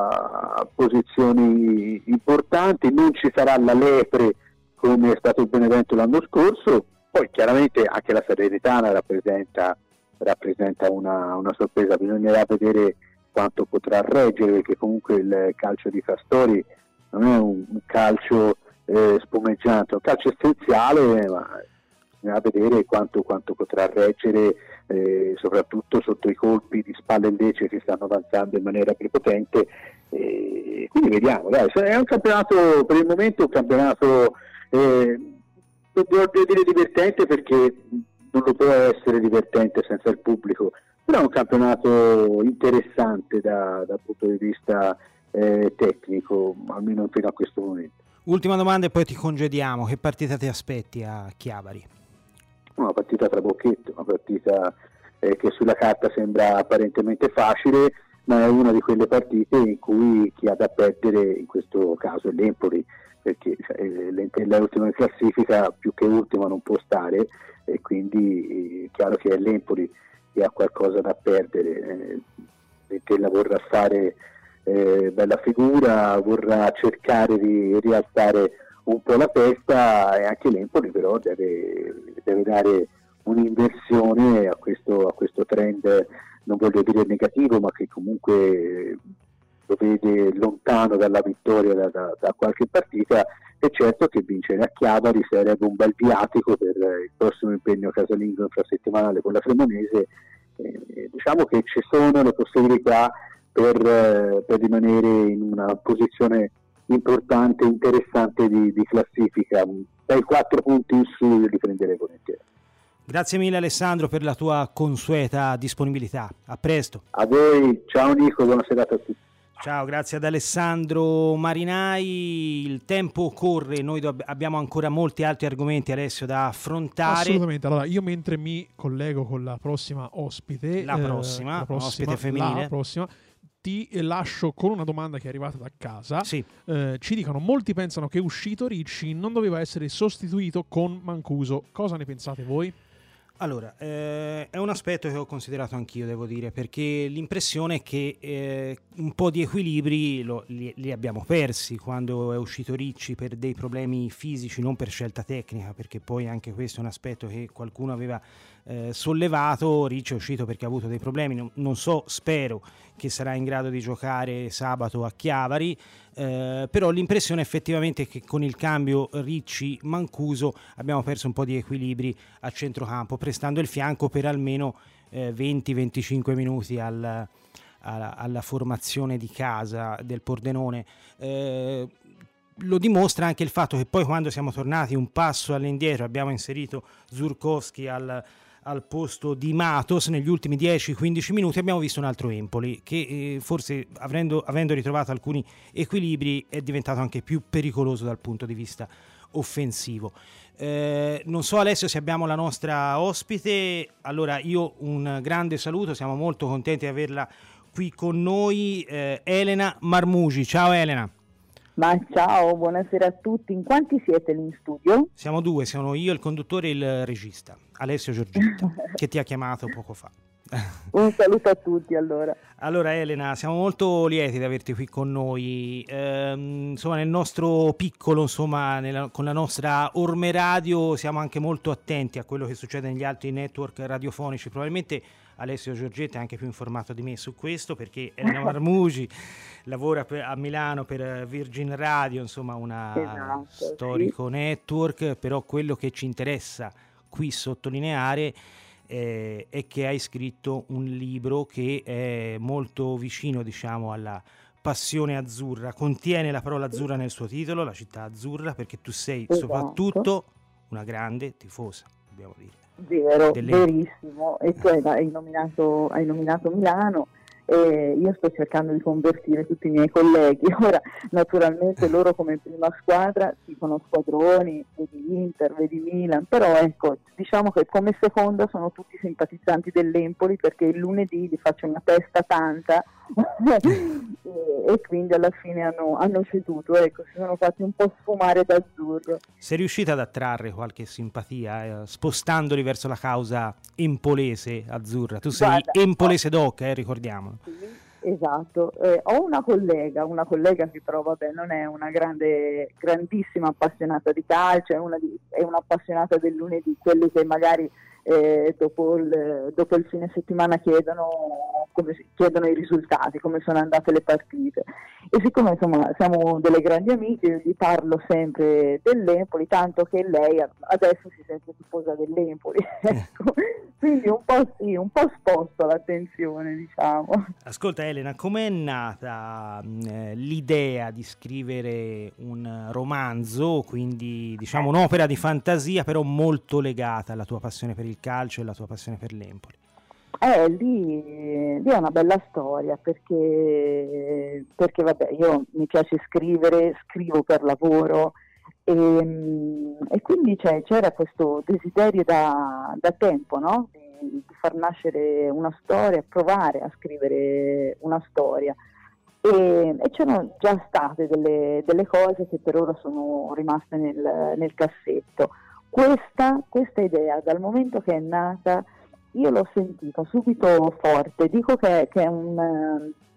a posizioni importanti, non ci sarà la lepre come è stato il Benevento l'anno scorso, poi chiaramente anche la Salernitana rappresenta, rappresenta una, una sorpresa, bisognerà vedere quanto potrà reggere, perché comunque il calcio di Castori non è un, un calcio Eh, spumeggiante, un calcio essenziale, ma bisogna vedere quanto, quanto potrà reggere, eh, soprattutto sotto i colpi di spalle invece che stanno avanzando in maniera prepotente, eh, quindi vediamo, dai, è un campionato per il momento un campionato eh, non devo dire divertente perché non lo può essere divertente senza il pubblico, però è un campionato interessante da, dal punto di vista eh, tecnico, almeno fino a questo momento. Ultima domanda e poi ti congediamo. Che partita ti aspetti a Chiavari? Una partita tra bocchetto, una partita eh, che sulla carta sembra apparentemente facile, ma è una di quelle partite in cui chi ha da perdere in questo caso è l'Empoli, perché eh, l'Entella è ultima in classifica, più che ultima non può stare, e quindi è chiaro che è l'Empoli che ha qualcosa da perdere. Eh, L'Entella vorrà fare Eh, bella figura, vorrà cercare di rialzare un po' la testa, e anche l'Empoli però deve, deve dare un'inversione a questo, a questo trend, non voglio dire negativo, ma che comunque lo vede lontano dalla vittoria da, da, da qualche partita. È certo che vincere a Chiavari sarebbe un bel viatico per il prossimo impegno casalingo infrasettimanale con la Cremonese. Eh, diciamo che ci sono le possibilità per, eh, per rimanere in una posizione importante, interessante di, di classifica. Dai quattro punti in su io li prenderei volentieri. Grazie mille Alessandro per la tua consueta disponibilità. A presto. A voi, ciao Nico, buona serata a tutti. Ciao, grazie ad Alessandro Marinai. Il tempo corre, noi do- abbiamo ancora molti altri argomenti, Alessio, da affrontare. Assolutamente. Allora, io mentre mi collego con la prossima ospite, La prossima, eh, la prossima ospite femminile. La prossima, ti lascio con una domanda che è arrivata da casa. Sì. Eh, ci dicono: molti pensano che uscito Ricci non doveva essere sostituito con Mancuso. Cosa ne pensate voi? Allora, eh, è un aspetto che ho considerato anch'io, devo dire, perché l'impressione è che eh, un po' di equilibri lo, li, li abbiamo persi quando è uscito Ricci per dei problemi fisici, non per scelta tecnica, perché poi anche questo è un aspetto che qualcuno aveva eh, sollevato. Ricci è uscito perché ha avuto dei problemi, non, non so, spero che sarà in grado di giocare sabato a Chiavari, eh, però l'impressione effettivamente è che con il cambio Ricci-Mancuso abbiamo perso un po' di equilibri a centrocampo, prestando il fianco per almeno eh, venti venticinque minuti al, alla, alla formazione di casa del Pordenone. Eh, lo dimostra anche il fatto che poi, quando siamo tornati un passo all'indietro, abbiamo inserito Żurkowski al al posto di Matos. Negli ultimi dieci quindici minuti abbiamo visto un altro Empoli che eh, forse avendo, avendo ritrovato alcuni equilibri è diventato anche più pericoloso dal punto di vista offensivo. Eh, non so Alessio se abbiamo la nostra ospite. Allora, io un grande saluto, siamo molto contenti di averla qui con noi, eh, Elena Marmugi. Ciao Elena. Ma ciao, buonasera a tutti. In quanti siete lì in studio? Siamo due, sono io, il conduttore e il regista, Alessio Giorgetta, che ti ha chiamato poco fa. Un saluto a tutti allora. Allora Elena, siamo molto lieti di averti qui con noi. Ehm, insomma, nel nostro piccolo, insomma, nella, con la nostra Orme Radio siamo anche molto attenti a quello che succede negli altri network radiofonici. Probabilmente Alessio Giorgetta è anche più informato di me su questo, perché Elena Marmugi lavora per, a Milano per Virgin Radio, insomma una esatto, storico sì. network, però quello che ci interessa qui sottolineare eh, è che hai scritto un libro che è molto vicino, diciamo, alla passione azzurra, contiene la parola azzurra nel suo titolo, la città azzurra, perché tu sei esatto. soprattutto una grande tifosa, dobbiamo dire. Vero, Delle... verissimo, e tu hai nominato, hai nominato Milano, e io sto cercando di convertire tutti i miei colleghi. Ora naturalmente loro come prima squadra tifano squadroni, vedi Inter, vedi Milan, però ecco, diciamo che come seconda sono tutti simpatizzanti dell'Empoli, perché il lunedì gli faccio una testa tanta e, e quindi alla fine hanno, hanno ceduto, ecco, si sono fatti un po' sfumare d'azzurro. Sei riuscita ad attrarre qualche simpatia eh, spostandoli verso la causa empolese azzurra? Tu sei Guarda, empolese doc, eh, ricordiamolo. Sì, esatto. Eh, ho una collega, una collega che però vabbè non è una grande, grandissima appassionata di calcio, è una, di, è un'appassionata del lunedì, quelli che magari eh, dopo, il, dopo il fine settimana chiedono, come, chiedono i risultati, come sono andate le partite. E siccome insomma siamo delle grandi amiche, io gli parlo sempre dell'Empoli, tanto che lei adesso si sente tifosa dell'Empoli. Ecco. Quindi un po' sì, un po' sposto l'attenzione, diciamo. Ascolta Elena, com'è nata eh, l'idea di scrivere un romanzo, quindi diciamo un'opera di fantasia però molto legata alla tua passione per il calcio e alla tua passione per l'Empoli? Eh, lì, lì è una bella storia, perché, perché vabbè, io mi piace scrivere, scrivo per lavoro, e, e quindi cioè, c'era questo desiderio da, da tempo, no? Di, di far nascere una storia, provare a scrivere una storia. E, e c'erano già state delle, delle cose che per ora sono rimaste nel, nel cassetto. Questa, questa idea, dal momento che è nata, io l'ho sentita subito forte. Dico che, che è, un,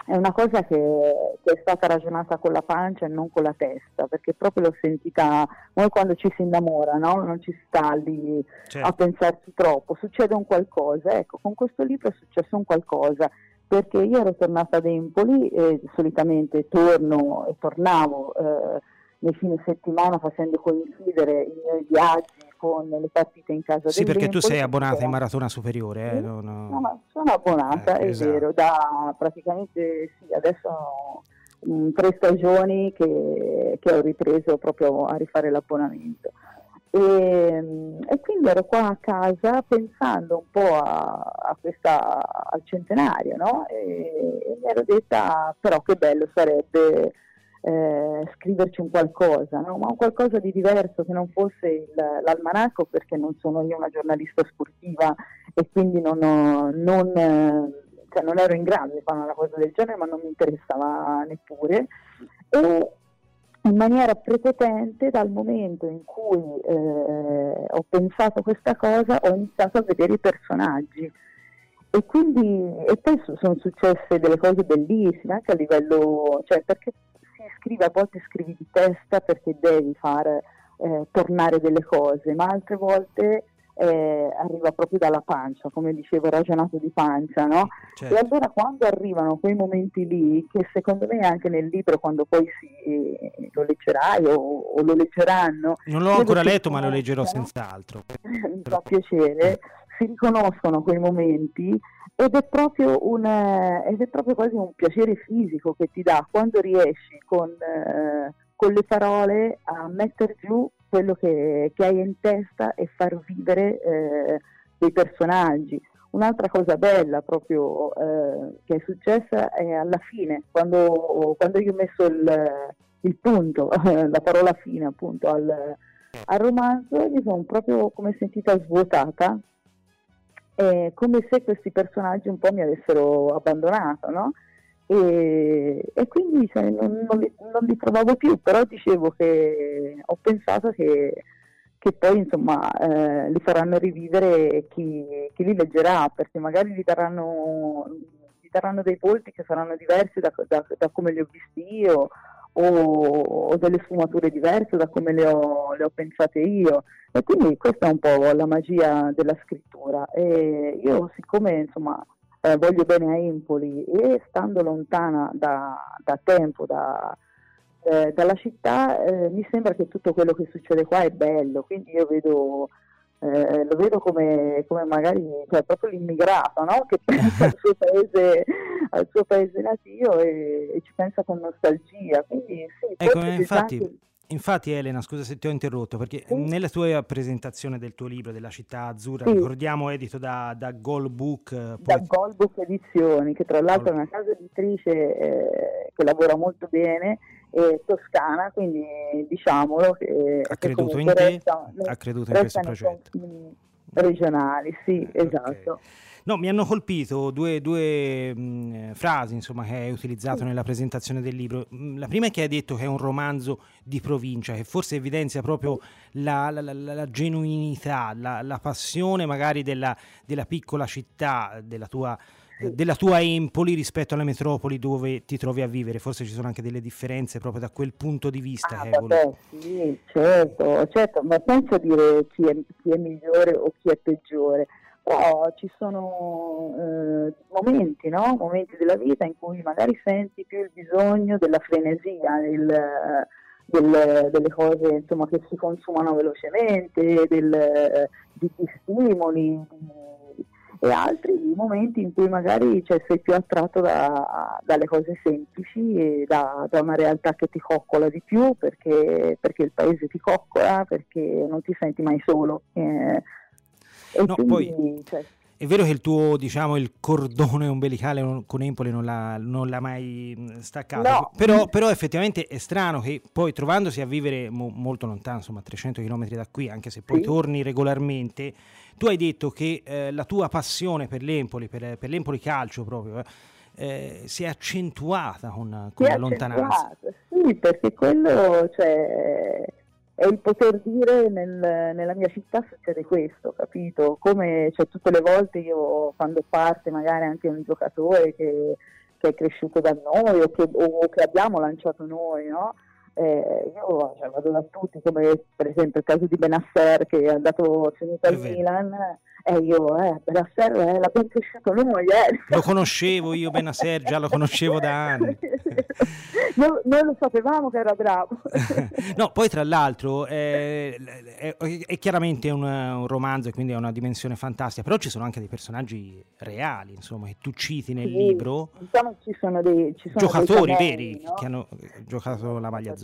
è una cosa che, che è stata ragionata con la pancia e non con la testa, perché proprio l'ho sentita, noi quando ci si innamora, no? Non ci sta lì certo. a pensarci troppo, succede un qualcosa. Ecco, con questo libro è successo un qualcosa, perché io ero tornata ad Empoli e solitamente torno e tornavo eh, nei fine settimana facendo coincidere i miei viaggi con le partite in casa sì, perché tu sei abbonata era... in maratona superiore, eh? Sì, no, no. no, ma sono abbonata, eh, è esatto. vero, da praticamente sì, adesso ho um, tre stagioni che, che ho ripreso proprio a rifare l'abbonamento. E, e quindi ero qua a casa pensando un po' a, a questa, al centenario, no? E, e mi ero detta però che bello sarebbe Eh, scriverci un qualcosa, no? Ma un qualcosa di diverso, che non fosse il, l'almanacco, perché non sono io una giornalista sportiva e quindi non, ho, non, cioè non ero in grado di fare una cosa del genere, ma non mi interessava neppure. E in maniera prepotente, dal momento in cui eh, ho pensato questa cosa, ho iniziato a vedere i personaggi. E quindi e poi sono successe delle cose bellissime anche a livello, cioè perché scrivi, a volte scrivi di testa perché devi far eh, tornare delle cose, ma altre volte eh, arriva proprio dalla pancia, come dicevo, ragionato di pancia, no? Certo. E allora quando arrivano quei momenti lì, che secondo me anche nel libro, quando poi si, lo leggerai o, o lo leggeranno, non l'ho ancora letto, ma lo leggerò senz'altro. Mi fa piacere, si riconoscono quei momenti. Ed è proprio un ed è proprio quasi un piacere fisico che ti dà quando riesci con, eh, con le parole a mettere giù quello che, che hai in testa e far vivere eh, dei personaggi. Un'altra cosa bella proprio eh, che è successa è alla fine, quando, quando io ho messo il, il punto, la parola fine appunto al, al romanzo, mi sono proprio come sentita svuotata. È come se questi personaggi un po' mi avessero abbandonato, no? E, e quindi cioè, non, non, li, non li trovavo più, però dicevo che ho pensato che, che poi insomma eh, li faranno rivivere chi, chi li leggerà, perché magari gli daranno, gli daranno dei volti che saranno diversi da, da, da come li ho visti io, o, o delle sfumature diverse da come le ho, le ho pensate io. E quindi questa è un po' la magia della scrittura. E io, siccome insomma eh, voglio bene a Empoli e stando lontana da, da tempo da, eh, dalla città, eh, mi sembra che tutto quello che succede qua è bello, quindi io vedo eh, lo vedo come, come magari cioè, proprio l'immigrato, no? Che pensa al suo paese, al suo paese natio e, e ci pensa con nostalgia. Quindi sì, ecco, infatti anche... Infatti Elena, scusa se ti ho interrotto, perché sì. nella tua presentazione del tuo libro, della città azzurra, sì. ricordiamo, edito da, da Goldbook. Da poi... Goldbook Edizioni, che tra l'altro è una casa editrice eh, che lavora molto bene, eh, toscana, quindi diciamolo. Che, ha che creduto in resta, te, ha creduto in questo progetto. Regionali, sì, okay. Esatto. No, mi hanno colpito due, due mh, frasi insomma, che hai utilizzato sì. nella presentazione del libro. La prima è che hai detto che è un romanzo di provincia, che forse evidenzia proprio la, la, la, la genuinità, la, la passione magari della, della piccola città, della tua, sì. eh, della tua Empoli rispetto alle metropoli dove ti trovi a vivere. Forse ci sono anche delle differenze proprio da quel punto di vista. Ah, che vabbè, hai sì, certo, certo, ma senza dire chi è, chi è migliore o chi è peggiore. Però ci sono eh, momenti, no? Momenti della vita in cui magari senti più il bisogno della frenesia, il, del, delle cose insomma, che si consumano velocemente, del, di, di stimoli, di, e altri momenti in cui magari cioè, sei più attratto da, dalle cose semplici e da, da una realtà che ti coccola di più, perché, perché il paese ti coccola, perché non ti senti mai solo. Eh, E no, quindi, poi cioè... è vero che il tuo, diciamo, il cordone ombelicale con Empoli non l'ha, non l'ha mai staccato, no. però, però effettivamente è strano che poi trovandosi a vivere mo, molto lontano, insomma trecento chilometri da qui, anche se poi sì. torni regolarmente, tu hai detto che eh, la tua passione per l'Empoli, per, per l'Empoli calcio proprio, eh, eh, si è accentuata con, con la lontananza. Sì, perché quello, cioè... è il poter dire nel, nella mia città succede questo, capito? Come cioè, tutte le volte io quando parte magari anche un giocatore che, che è cresciuto da noi o che, o che abbiamo lanciato noi, no? Eh, io cioè, vado da tutti, come per esempio il caso di Benasser che è andato finito al Milan, e io eh, Benasser eh, l'abbiamo cresciuto noi, eh. Lo conoscevo io Benasser, già lo conoscevo da anni. No, noi lo sapevamo che era bravo. No, poi tra l'altro eh, è, è chiaramente un, un romanzo e quindi ha una dimensione fantastica, però ci sono anche dei personaggi reali, insomma, che tu citi nel sì, libro, diciamo ci sono dei ci sono giocatori dei camei, veri, no? che hanno giocato la maglia azzurra.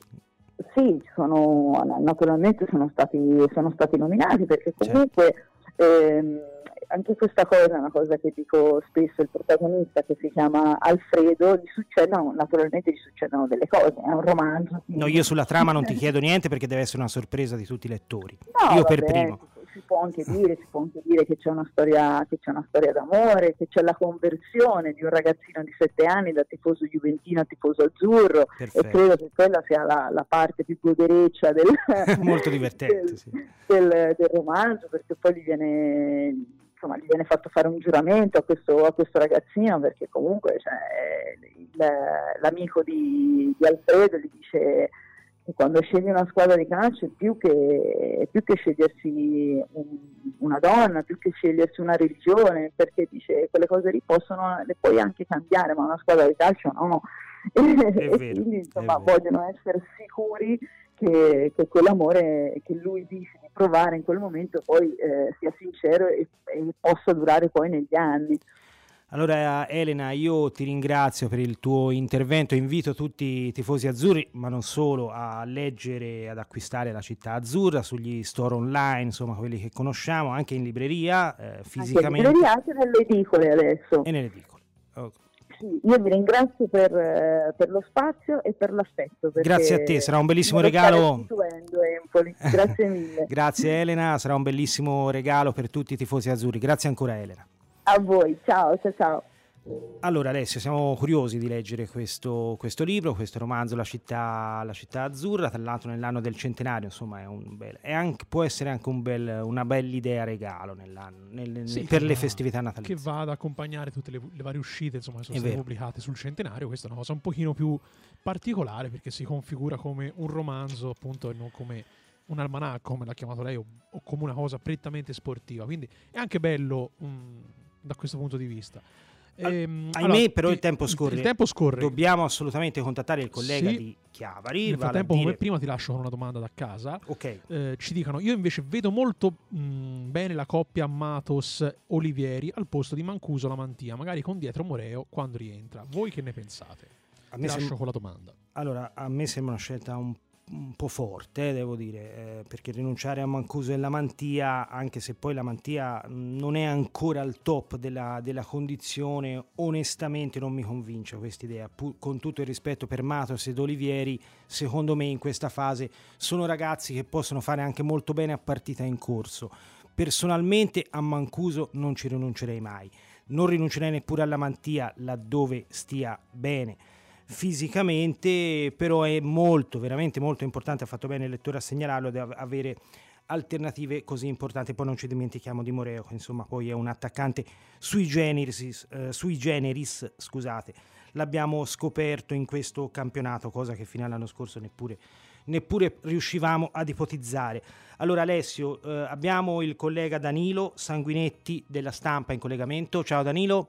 Sì, sono, naturalmente sono stati, sono stati nominati, perché comunque ehm, anche questa cosa è una cosa che dico spesso: il protagonista, che si chiama Alfredo, gli succedono, naturalmente gli succedono delle cose, è un romanzo. No, io sulla trama non ti chiedo niente perché deve essere una sorpresa di tutti i lettori. No, io vabbè, per primo. Si può anche dire, si può anche dire che c'è una storia, che c'è una storia d'amore, che c'è la conversione di un ragazzino di sette anni da tifoso juventino a tifoso azzurro. Perfetto. E credo che quella sia la, la parte più godereccia del, molto divertente, del, sì. del, del romanzo, perché poi gli viene, insomma, gli viene fatto fare un giuramento a questo, a questo ragazzino, perché comunque cioè, il, l'amico di, di Alfredo gli dice che quando scegli una squadra di calcio è più che, più che scegliersi un, una donna, più che scegliersi una religione, perché dice quelle cose lì possono, le puoi anche cambiare, ma una squadra di calcio no. E, vero, e quindi insomma vogliono essere sicuri che, che quell'amore che lui dice di provare in quel momento poi eh, sia sincero e, e possa durare poi negli anni. Allora Elena, io ti ringrazio per il tuo intervento, invito tutti i tifosi azzurri, ma non solo, a leggere, ad acquistare La città azzurra sugli store online, insomma quelli che conosciamo, anche in libreria, eh, fisicamente. Anche in libreria, anche nelle edicole adesso. E nelle edicole. Okay. Sì, io vi ringrazio per, eh, per lo spazio e per l'affetto. Grazie a te, sarà un bellissimo regalo. Grazie mille. Grazie Elena, sarà un bellissimo regalo per tutti i tifosi azzurri. Grazie ancora Elena. A voi, ciao, ciao, ciao. Allora Alessio, siamo curiosi di leggere questo, questo libro, questo romanzo La città, la città azzurra, tra l'altro nell'anno del centenario, insomma è un bel, è anche, può essere anche un bel, una bella idea regalo nell'anno, nel, sì, per le va, festività natalizie. Che va ad accompagnare tutte le, le varie uscite, insomma, che sono è state vero. pubblicate sul centenario. Questa è una cosa un pochino più particolare, perché si configura come un romanzo appunto e non come un almanacco, come l'ha chiamato lei, o, o come una cosa prettamente sportiva, quindi è anche bello um, da questo punto di vista. Ehm, ahimè, allora, però il tempo scorre. Il tempo scorre. Dobbiamo assolutamente contattare il collega sì. di Chiavari. Nel frattempo, dire... come prima, ti lascio con una domanda da casa. Ok. Eh, ci dicano: io invece vedo molto mh, bene la coppia Matos-Olivieri al posto di Mancuso-Lamantia, magari con dietro Moreo quando rientra. Voi che ne pensate? A me ti lascio sem- con la domanda. Allora, a me sembra una scelta un un po' forte, eh, devo dire, eh, perché rinunciare a Mancuso e Lamantia, anche se poi Lamantia non è ancora al top della, della condizione, onestamente non mi convince questa idea. Pu- con tutto il rispetto per Matos ed Olivieri, secondo me in questa fase sono ragazzi che possono fare anche molto bene a partita in corso. Personalmente a Mancuso non ci rinuncerei mai, non rinuncerei neppure alla Lamantia laddove stia bene fisicamente, però è molto, veramente molto importante, ha fatto bene il lettore a segnalarlo, di avere alternative così importanti. Poi non ci dimentichiamo di Moreo, che insomma poi è un attaccante sui generis, eh, sui generis scusate, l'abbiamo scoperto in questo campionato, cosa che fino all'anno scorso neppure, neppure riuscivamo ad ipotizzare. Allora Alessio, eh, abbiamo il collega Danilo Sanguinetti della Stampa in collegamento. Ciao Danilo.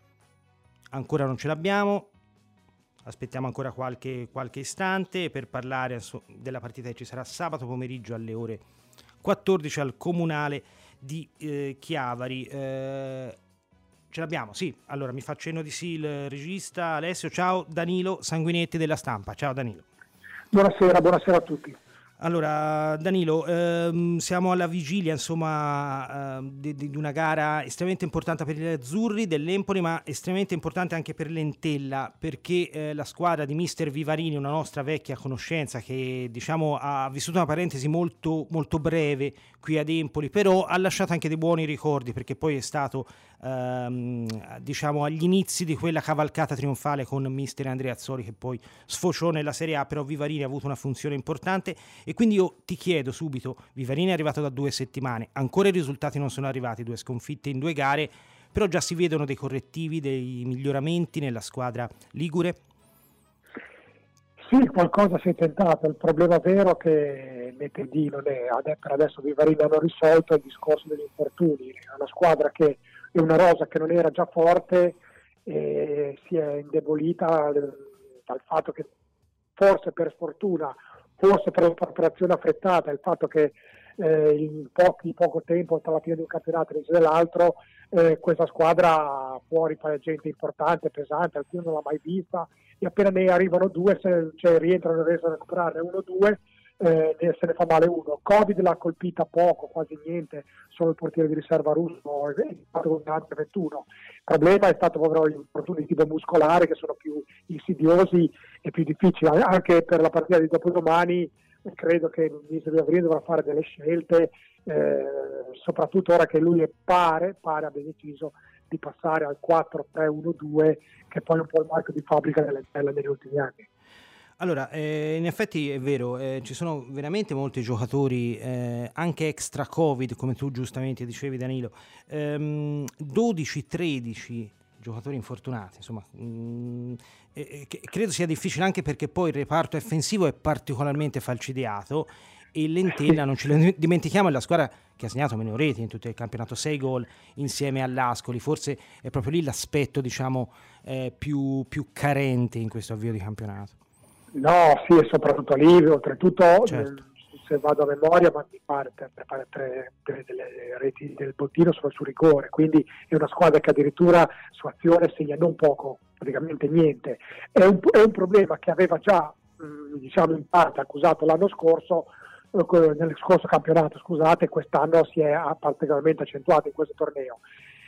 Ancora non ce l'abbiamo. Aspettiamo ancora qualche, qualche istante per parlare so, della partita che ci sarà sabato pomeriggio alle ore quattordici al Comunale di eh, Chiavari. Eh, ce l'abbiamo? Sì. Allora mi fa cenno di sì il regista Alessio. Ciao Danilo Sanguinetti della Stampa. Ciao Danilo. Buonasera, buonasera a tutti. Allora Danilo, ehm, siamo alla vigilia insomma eh, di, di una gara estremamente importante per gli azzurri dell'Empoli, ma estremamente importante anche per l'Entella, perché eh, la squadra di mister Vivarini, una nostra vecchia conoscenza che diciamo ha vissuto una parentesi molto, molto breve qui ad Empoli, però ha lasciato anche dei buoni ricordi, perché poi è stato ehm, diciamo agli inizi di quella cavalcata trionfale con mister Andreazzoli che poi sfociò nella Serie A, però Vivarini ha avuto una funzione importante. E quindi io ti chiedo subito, Vivarini è arrivato da due settimane, ancora i risultati non sono arrivati, due sconfitte in due gare, però già si vedono dei correttivi, dei miglioramenti nella squadra ligure? Sì, qualcosa si è tentato. Il problema vero che Metedi non è, per adesso Vivarini hanno risolto il discorso degli infortuni. È una squadra che è una rosa che non era già forte e si è indebolita dal fatto che forse per sfortuna, forse per un'operazione affrettata, il fatto che eh, in, pochi, in poco tempo tra la fine di un campionato e l'inizio dell'altro eh, questa squadra fuori fa gente importante, pesante, alcuni non l'ha mai vista, e appena ne arrivano due, se cioè, rientrano e riescono a recuperare uno o due, eh, se ne fa male uno. Covid l'ha colpita poco, quasi niente, solo il portiere di riserva russo è stato con ventuno. Il problema è stato proprio gli infortuni di tipo muscolare che sono più insidiosi e più difficili. Anche per la partita di dopodomani credo che il ministro Vivarini dovrà fare delle scelte, eh, soprattutto ora che lui è pare, pare abbia deciso di passare al quattro tre uno due, che poi è un po' il marchio di fabbrica dell'Entella negli ultimi anni. Allora, eh, in effetti è vero, eh, ci sono veramente molti giocatori, eh, anche extra Covid, come tu giustamente dicevi Danilo, ehm, dodici tredici giocatori infortunati, insomma, mh, eh, eh, credo sia difficile anche perché poi il reparto offensivo è particolarmente falcidiato e l'Entella, non ce lo dimentichiamo, è la squadra che ha segnato meno reti in tutto il campionato, sei gol insieme all'Ascoli, forse è proprio lì l'aspetto, diciamo, eh, più, più carente in questo avvio di campionato. No, sì, e soprattutto lì, oltretutto, certo. eh, se vado a memoria, ma mi pare tre, tre, tre, tre delle reti del bottino sono su rigore, quindi è una squadra che addirittura su azione segna non poco, praticamente niente. È un, è un problema che aveva già, mh, diciamo, in parte accusato l'anno scorso, eh, nel scorso campionato, scusate, quest'anno si è particolarmente accentuato in questo torneo.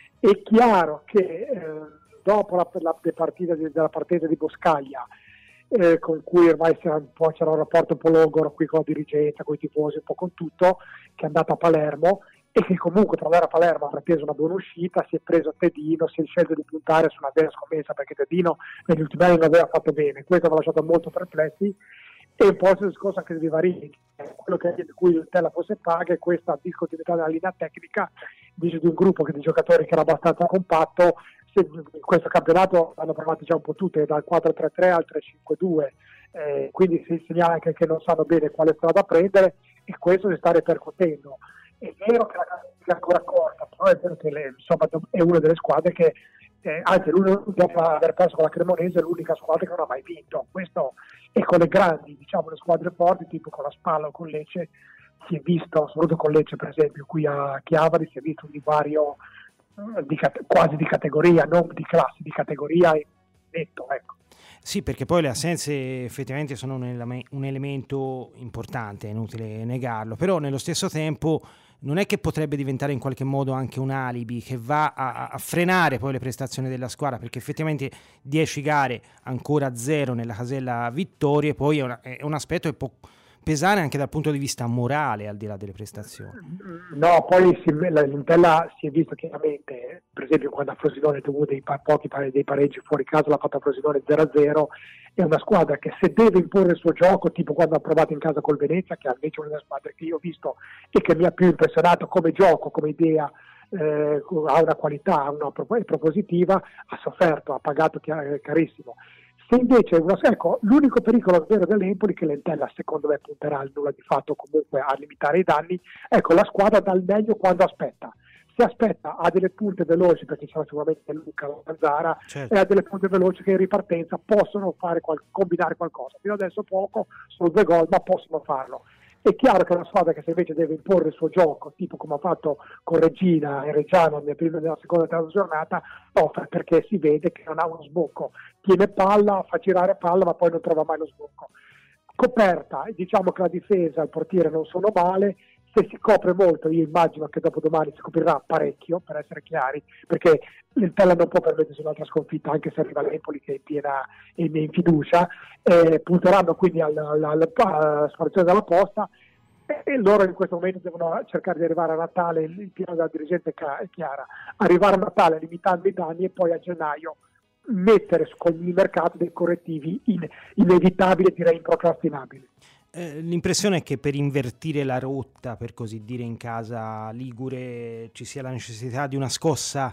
È chiaro che eh, dopo la, la, la partita di, della partita di Boscaglia, Eh, con cui ormai c'era un, po', c'era un rapporto un po' logoro qui con la dirigenza, con i tifosi, un po' con tutto, che è andato a Palermo e che comunque per andare a Palermo ha preso una buona uscita, si è preso Tedino, si è scelto di puntare su una vera scommessa perché Tedino negli ultimi anni non aveva fatto bene, questo mi ha lasciato molto perplessi. E un po' il discorso anche di Vivarini, quello che, di cui il Tella fosse paga è questa discontinuità della linea tecnica, dice di un gruppo che di giocatori che era abbastanza compatto. In questo campionato hanno provato già un po' tutte, dal quattro tre tre al tre cinque due, eh, quindi si segnala anche che non sanno bene quale strada prendere e questo si sta ripercuotendo. È vero che la classifica è ancora corta, però è vero che le, insomma, è una delle squadre che, eh, anzi dopo aver perso con la Cremonese è l'unica squadra che non ha mai vinto. Questo, e con le grandi, diciamo le squadre forti, tipo con la Spalla o con Lecce, si è visto, soprattutto con Lecce per esempio, qui a Chiavari si è visto un divario Di, quasi di categoria, non di classe, di categoria netto, ecco. Sì, perché poi le assenze effettivamente sono un, ele- un elemento importante, è inutile negarlo, però nello stesso tempo non è che potrebbe diventare in qualche modo anche un alibi che va a, a frenare poi le prestazioni della squadra, perché effettivamente dieci gare ancora a zero nella casella vittorie poi è, una, è un aspetto che può pesare anche dal punto di vista morale, al di là delle prestazioni. No, poi si, l'Intella si è visto chiaramente, per esempio quando a Frosinone ha avuto dei pochi dei pareggi fuori casa, l'ha fatta a Frosinone zero a zero, è una squadra che se deve imporre il suo gioco, tipo quando ha provato in casa col Venezia, che è invece una delle squadre che io ho visto e che mi ha più impressionato come gioco, come idea, eh, ha una qualità, una è propositiva, ha sofferto, ha pagato carissimo. Se invece una, ecco, l'unico pericolo vero dell'Empoli che l'Entella secondo me punterà al nulla di fatto comunque a limitare i danni, ecco, la squadra dà il meglio quando aspetta. Se aspetta ha delle punte veloci, perché c'è sicuramente Luca Manzara, certo, e ha delle punte veloci che in ripartenza possono fare qual- combinare qualcosa. Fino adesso poco, sono due gol, ma possono farlo. È chiaro che è una squadra che se invece deve imporre il suo gioco, tipo come ha fatto con Regina e Reggiano nella prima e nella seconda e terza giornata, offre perché si vede che non ha uno sbocco. Tiene palla, fa girare palla, ma poi non trova mai lo sbocco. Coperta, diciamo che la difesa e il portiere non sono male. Se si copre molto, io immagino che dopo domani si coprirà parecchio, per essere chiari, perché l'Entella non può permettersi un'altra sconfitta, anche se arriva l'Empoli che è piena in, in fiducia, eh, punteranno quindi alla, alla, alla sparizione della posta e, e loro in questo momento devono cercare di arrivare a Natale, il, il piano della dirigenza è, ca- è chiara, arrivare a Natale limitando i danni e poi a gennaio mettere con il mercato dei correttivi in, inevitabili, direi improcrastinabili. Eh, l'impressione è che per invertire la rotta, per così dire, in casa ligure ci sia la necessità di una scossa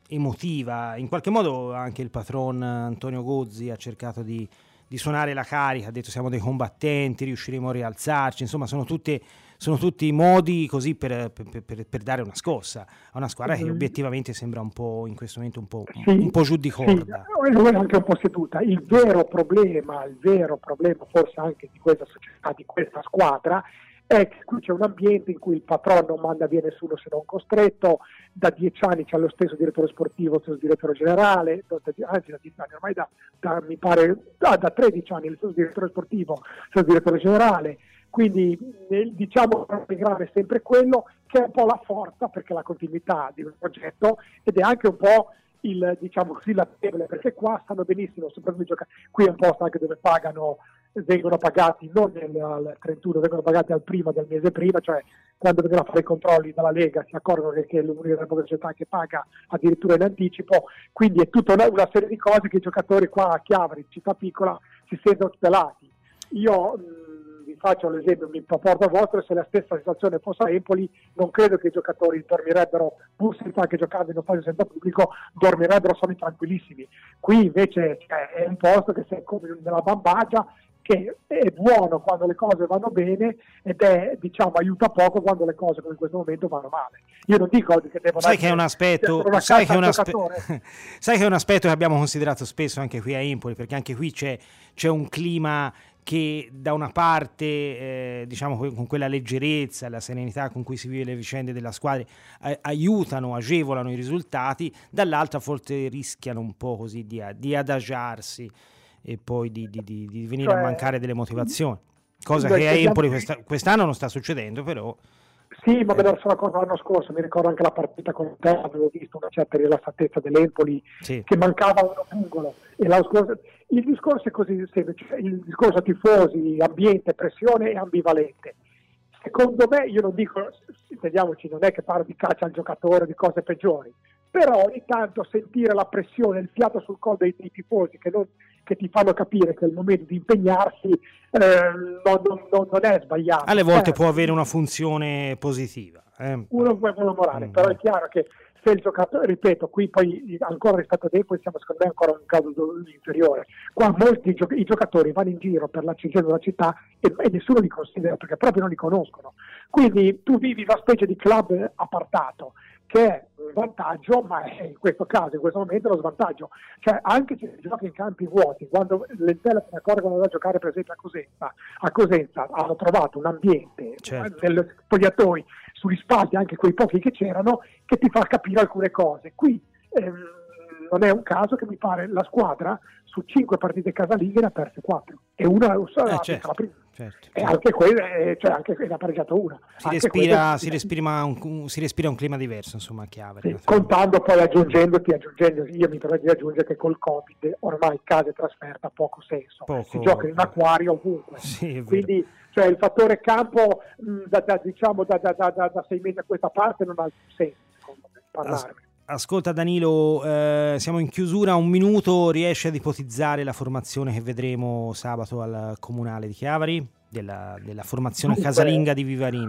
emotiva. In qualche modo anche il patron Antonio Gozzi ha cercato di, di suonare la carica, ha detto siamo dei combattenti, riusciremo a rialzarci, insomma sono tutte sono tutti modi così per, per, per, per dare una scossa a una squadra mm-hmm. che obiettivamente sembra un po' in questo momento un po', sì, un po' giù di corda. Sì, è anche un po' seduta. Il vero problema, il vero problema forse anche di questa società, di questa squadra, è che qui c'è un ambiente in cui il patrono non manda via nessuno se non costretto, da dieci anni c'è lo stesso direttore sportivo, lo stesso direttore generale, anzi da dieci anni, ormai da, da mi pare da, da tredici anni lo stesso direttore sportivo, lo stesso direttore generale, quindi eh, diciamo che il grave è sempre quello, che è un po' la forza, perché la continuità di un progetto, ed è anche un po' il, diciamo così, la debole, perché qua stanno benissimo, soprattutto i giocatori, qui è un posto anche dove pagano, vengono pagati non nel, al trentuno, vengono pagati al primo del mese prima, cioè quando vengono a fare i controlli dalla Lega si accorgono che, che è l'unica società che paga addirittura in anticipo, quindi è tutta una, una serie di cose che i giocatori qua a Chiavari, città piccola, si sentono tutelati. Io mh, vi faccio l'esempio, mi porto a vostro, se la stessa situazione fosse a Empoli, non credo che i giocatori dormirebbero, pur senza anche giocando in un paese senza pubblico, dormirebbero sonni tranquillissimi. Qui invece cioè, è un posto che sei come nella bambagia, che è buono quando le cose vanno bene ed è, diciamo, aiuta poco quando le cose come in questo momento vanno male. Io non dico che devono sai che è un aspetto sai che è un, aspe- sai che è un aspetto che abbiamo considerato spesso anche qui a Empoli, perché anche qui c'è, c'è un clima che da una parte eh, diciamo con quella leggerezza, la serenità con cui si vive le vicende della squadra eh, aiutano, agevolano i risultati, dall'altra forse rischiano un po' così di, di adagiarsi e poi di, di, di, di venire cioè, a mancare delle motivazioni, cosa che a Empoli questa, quest'anno non sta succedendo, però sì, ma me ne sono accorto l'anno scorso, mi ricordo anche la partita con te, avevo visto una certa rilassatezza dell'Empoli, sì. che mancava un pungolo, e l'anno scorso il discorso è così semplice, il discorso tifosi, ambiente, pressione è ambivalente. Secondo me, io non dico, intendiamoci, non è che parlo di caccia al giocatore, di cose peggiori, però ogni tanto sentire la pressione, il fiato sul collo dei, dei tifosi che, non, che ti fanno capire che è il momento di impegnarsi eh, non, non, non è sbagliato. Alle volte eh, può avere una funzione positiva. Eh. Uno può morale, mm. però è chiaro che se il giocatore, ripeto, qui poi ancora rispetto a te, poi siamo secondo me ancora un caso inferiore. Qua molti gioc- i giocatori vanno in giro per la centro della città e, e nessuno li considera perché proprio non li conoscono. Quindi tu vivi una specie di club appartato, che è un vantaggio, ma è in questo caso, in questo momento, lo svantaggio. Cioè, anche se si gioca in campi vuoti, quando l'Entella se ne accorgono da giocare, per esempio, a Cosenza, a Cosenza hanno trovato un ambiente certo. nel spogliatoi, sugli spalti, anche quei pochi che c'erano, che ti fa capire alcune cose. Qui ehm, non è un caso che mi pare la squadra su cinque partite casalinghe ne ha perse quattro e una eh, certo. la prima. Certo, e certo. anche quella, cioè anche ne ha pareggiato una. Si respira, quella, si, respira un, si respira un clima diverso, insomma, a Chiavari. Sì, contando poi aggiungendoti, aggiungendo, io mi permetto di aggiungere che col Covid ormai casa e trasferta ha poco senso. Poco, si gioca in acquario ovunque. Sì, quindi cioè, il fattore campo mh, da, da, diciamo da, da, da, da sei mesi a questa parte non ha senso, secondo me, parlarne. Ascolta Danilo, eh, siamo in chiusura, un minuto, riesci ad ipotizzare la formazione che vedremo sabato al Comunale di Chiavari, della, della formazione casalinga di Vivarini?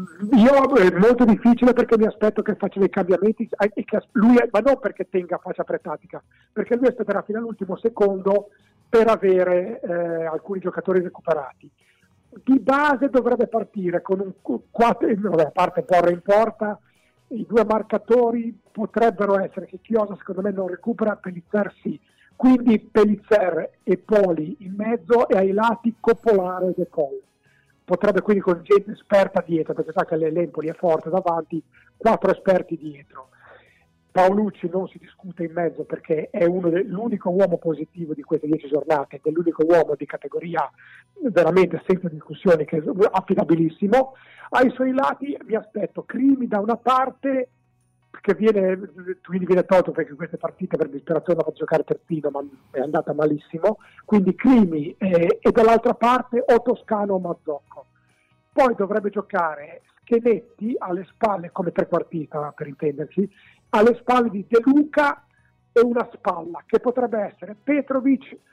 Io è molto difficile perché mi aspetto che faccia dei cambiamenti, e che lui, ma non perché tenga faccia pre-tattica, perché lui aspetterà fino all'ultimo secondo per avere eh, alcuni giocatori recuperati. Di base dovrebbe partire con un quattro, vabbè, a parte Porra in porta. I due marcatori potrebbero essere che Chiosa secondo me non recupera, Pelizzer sì, quindi Pelizzer e Poli in mezzo e ai lati Coppolare e De Col. Potrebbe quindi con gente esperta dietro, perché sa che l'Empoli è forte davanti, quattro esperti dietro. Paolucci non si discute in mezzo perché è uno de- l'unico uomo positivo di queste dieci giornate, ed è l'unico uomo di categoria veramente senza discussioni, che è affidabilissimo. Ai suoi lati mi aspetto Crimi da una parte, che viene, quindi viene tolto perché queste partite per disperazione va a giocare terzino, ma è andata malissimo, quindi Crimi e, e dall'altra parte o Toscano o Mazzocco. Poi dovrebbe giocare Schenetti alle spalle come trequartista, per intenderci, alle spalle di De Luca e una spalla che potrebbe essere Petrovic,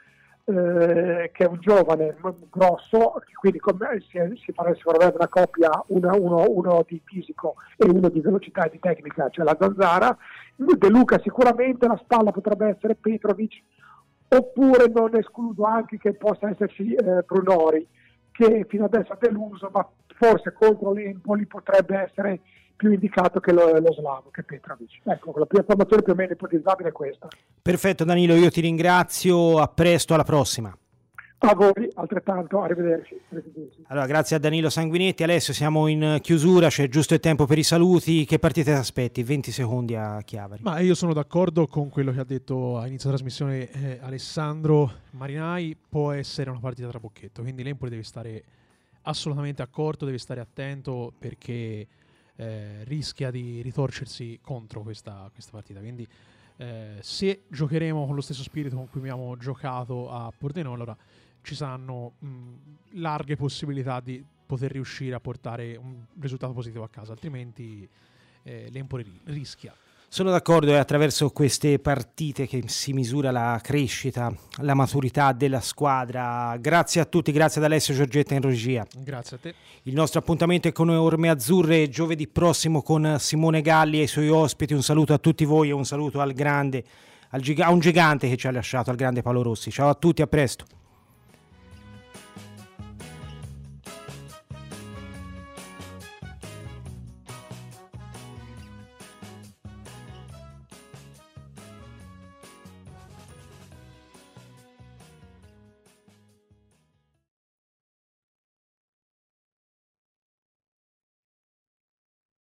eh, che è un giovane grosso, quindi come, si, si farà sicuramente una coppia, una, uno, uno di fisico e uno di velocità e di tecnica, cioè la Zanzara. De Luca sicuramente, la spalla potrebbe essere Petrovic, oppure non escludo anche che possa esserci eh, Brunori, che fino adesso ha deluso, ma forse contro l'Empoli potrebbe essere più indicato che lo, lo slavo, che Petrovic. Ecco, la più formazione più o meno ipotizzabile è questa. Perfetto Danilo, io ti ringrazio, a presto, alla prossima. A voi altrettanto, arrivederci. arrivederci. Allora, grazie a Danilo Sanguinetti. Alessio, siamo in chiusura, c'è giusto il tempo per i saluti. Che partite ti aspetti? venti secondi a Chiavari. Ma io sono d'accordo con quello che ha detto a inizio trasmissione eh, Alessandro Marinai. Può essere una partita tra bocchetto, quindi l'Empoli deve stare assolutamente accorto, deve stare attento, perché eh, rischia di ritorcersi contro questa, questa partita. Quindi eh, se giocheremo con lo stesso spirito con cui abbiamo giocato a Pordenone, allora ci saranno mh, larghe possibilità di poter riuscire a portare un risultato positivo a casa, altrimenti eh, l'Empoli rischia. Sono d'accordo, è attraverso queste partite che si misura la crescita, la maturità della squadra. Grazie a tutti, grazie ad Alessio Giorgetta in regia. Grazie a te. Il nostro appuntamento è con Orme Azzurre giovedì prossimo con Simone Galli e i suoi ospiti. Un saluto a tutti voi e un saluto al grande, al giga- a un gigante che ci ha lasciato, al grande Paolo Rossi. Ciao a tutti, a presto.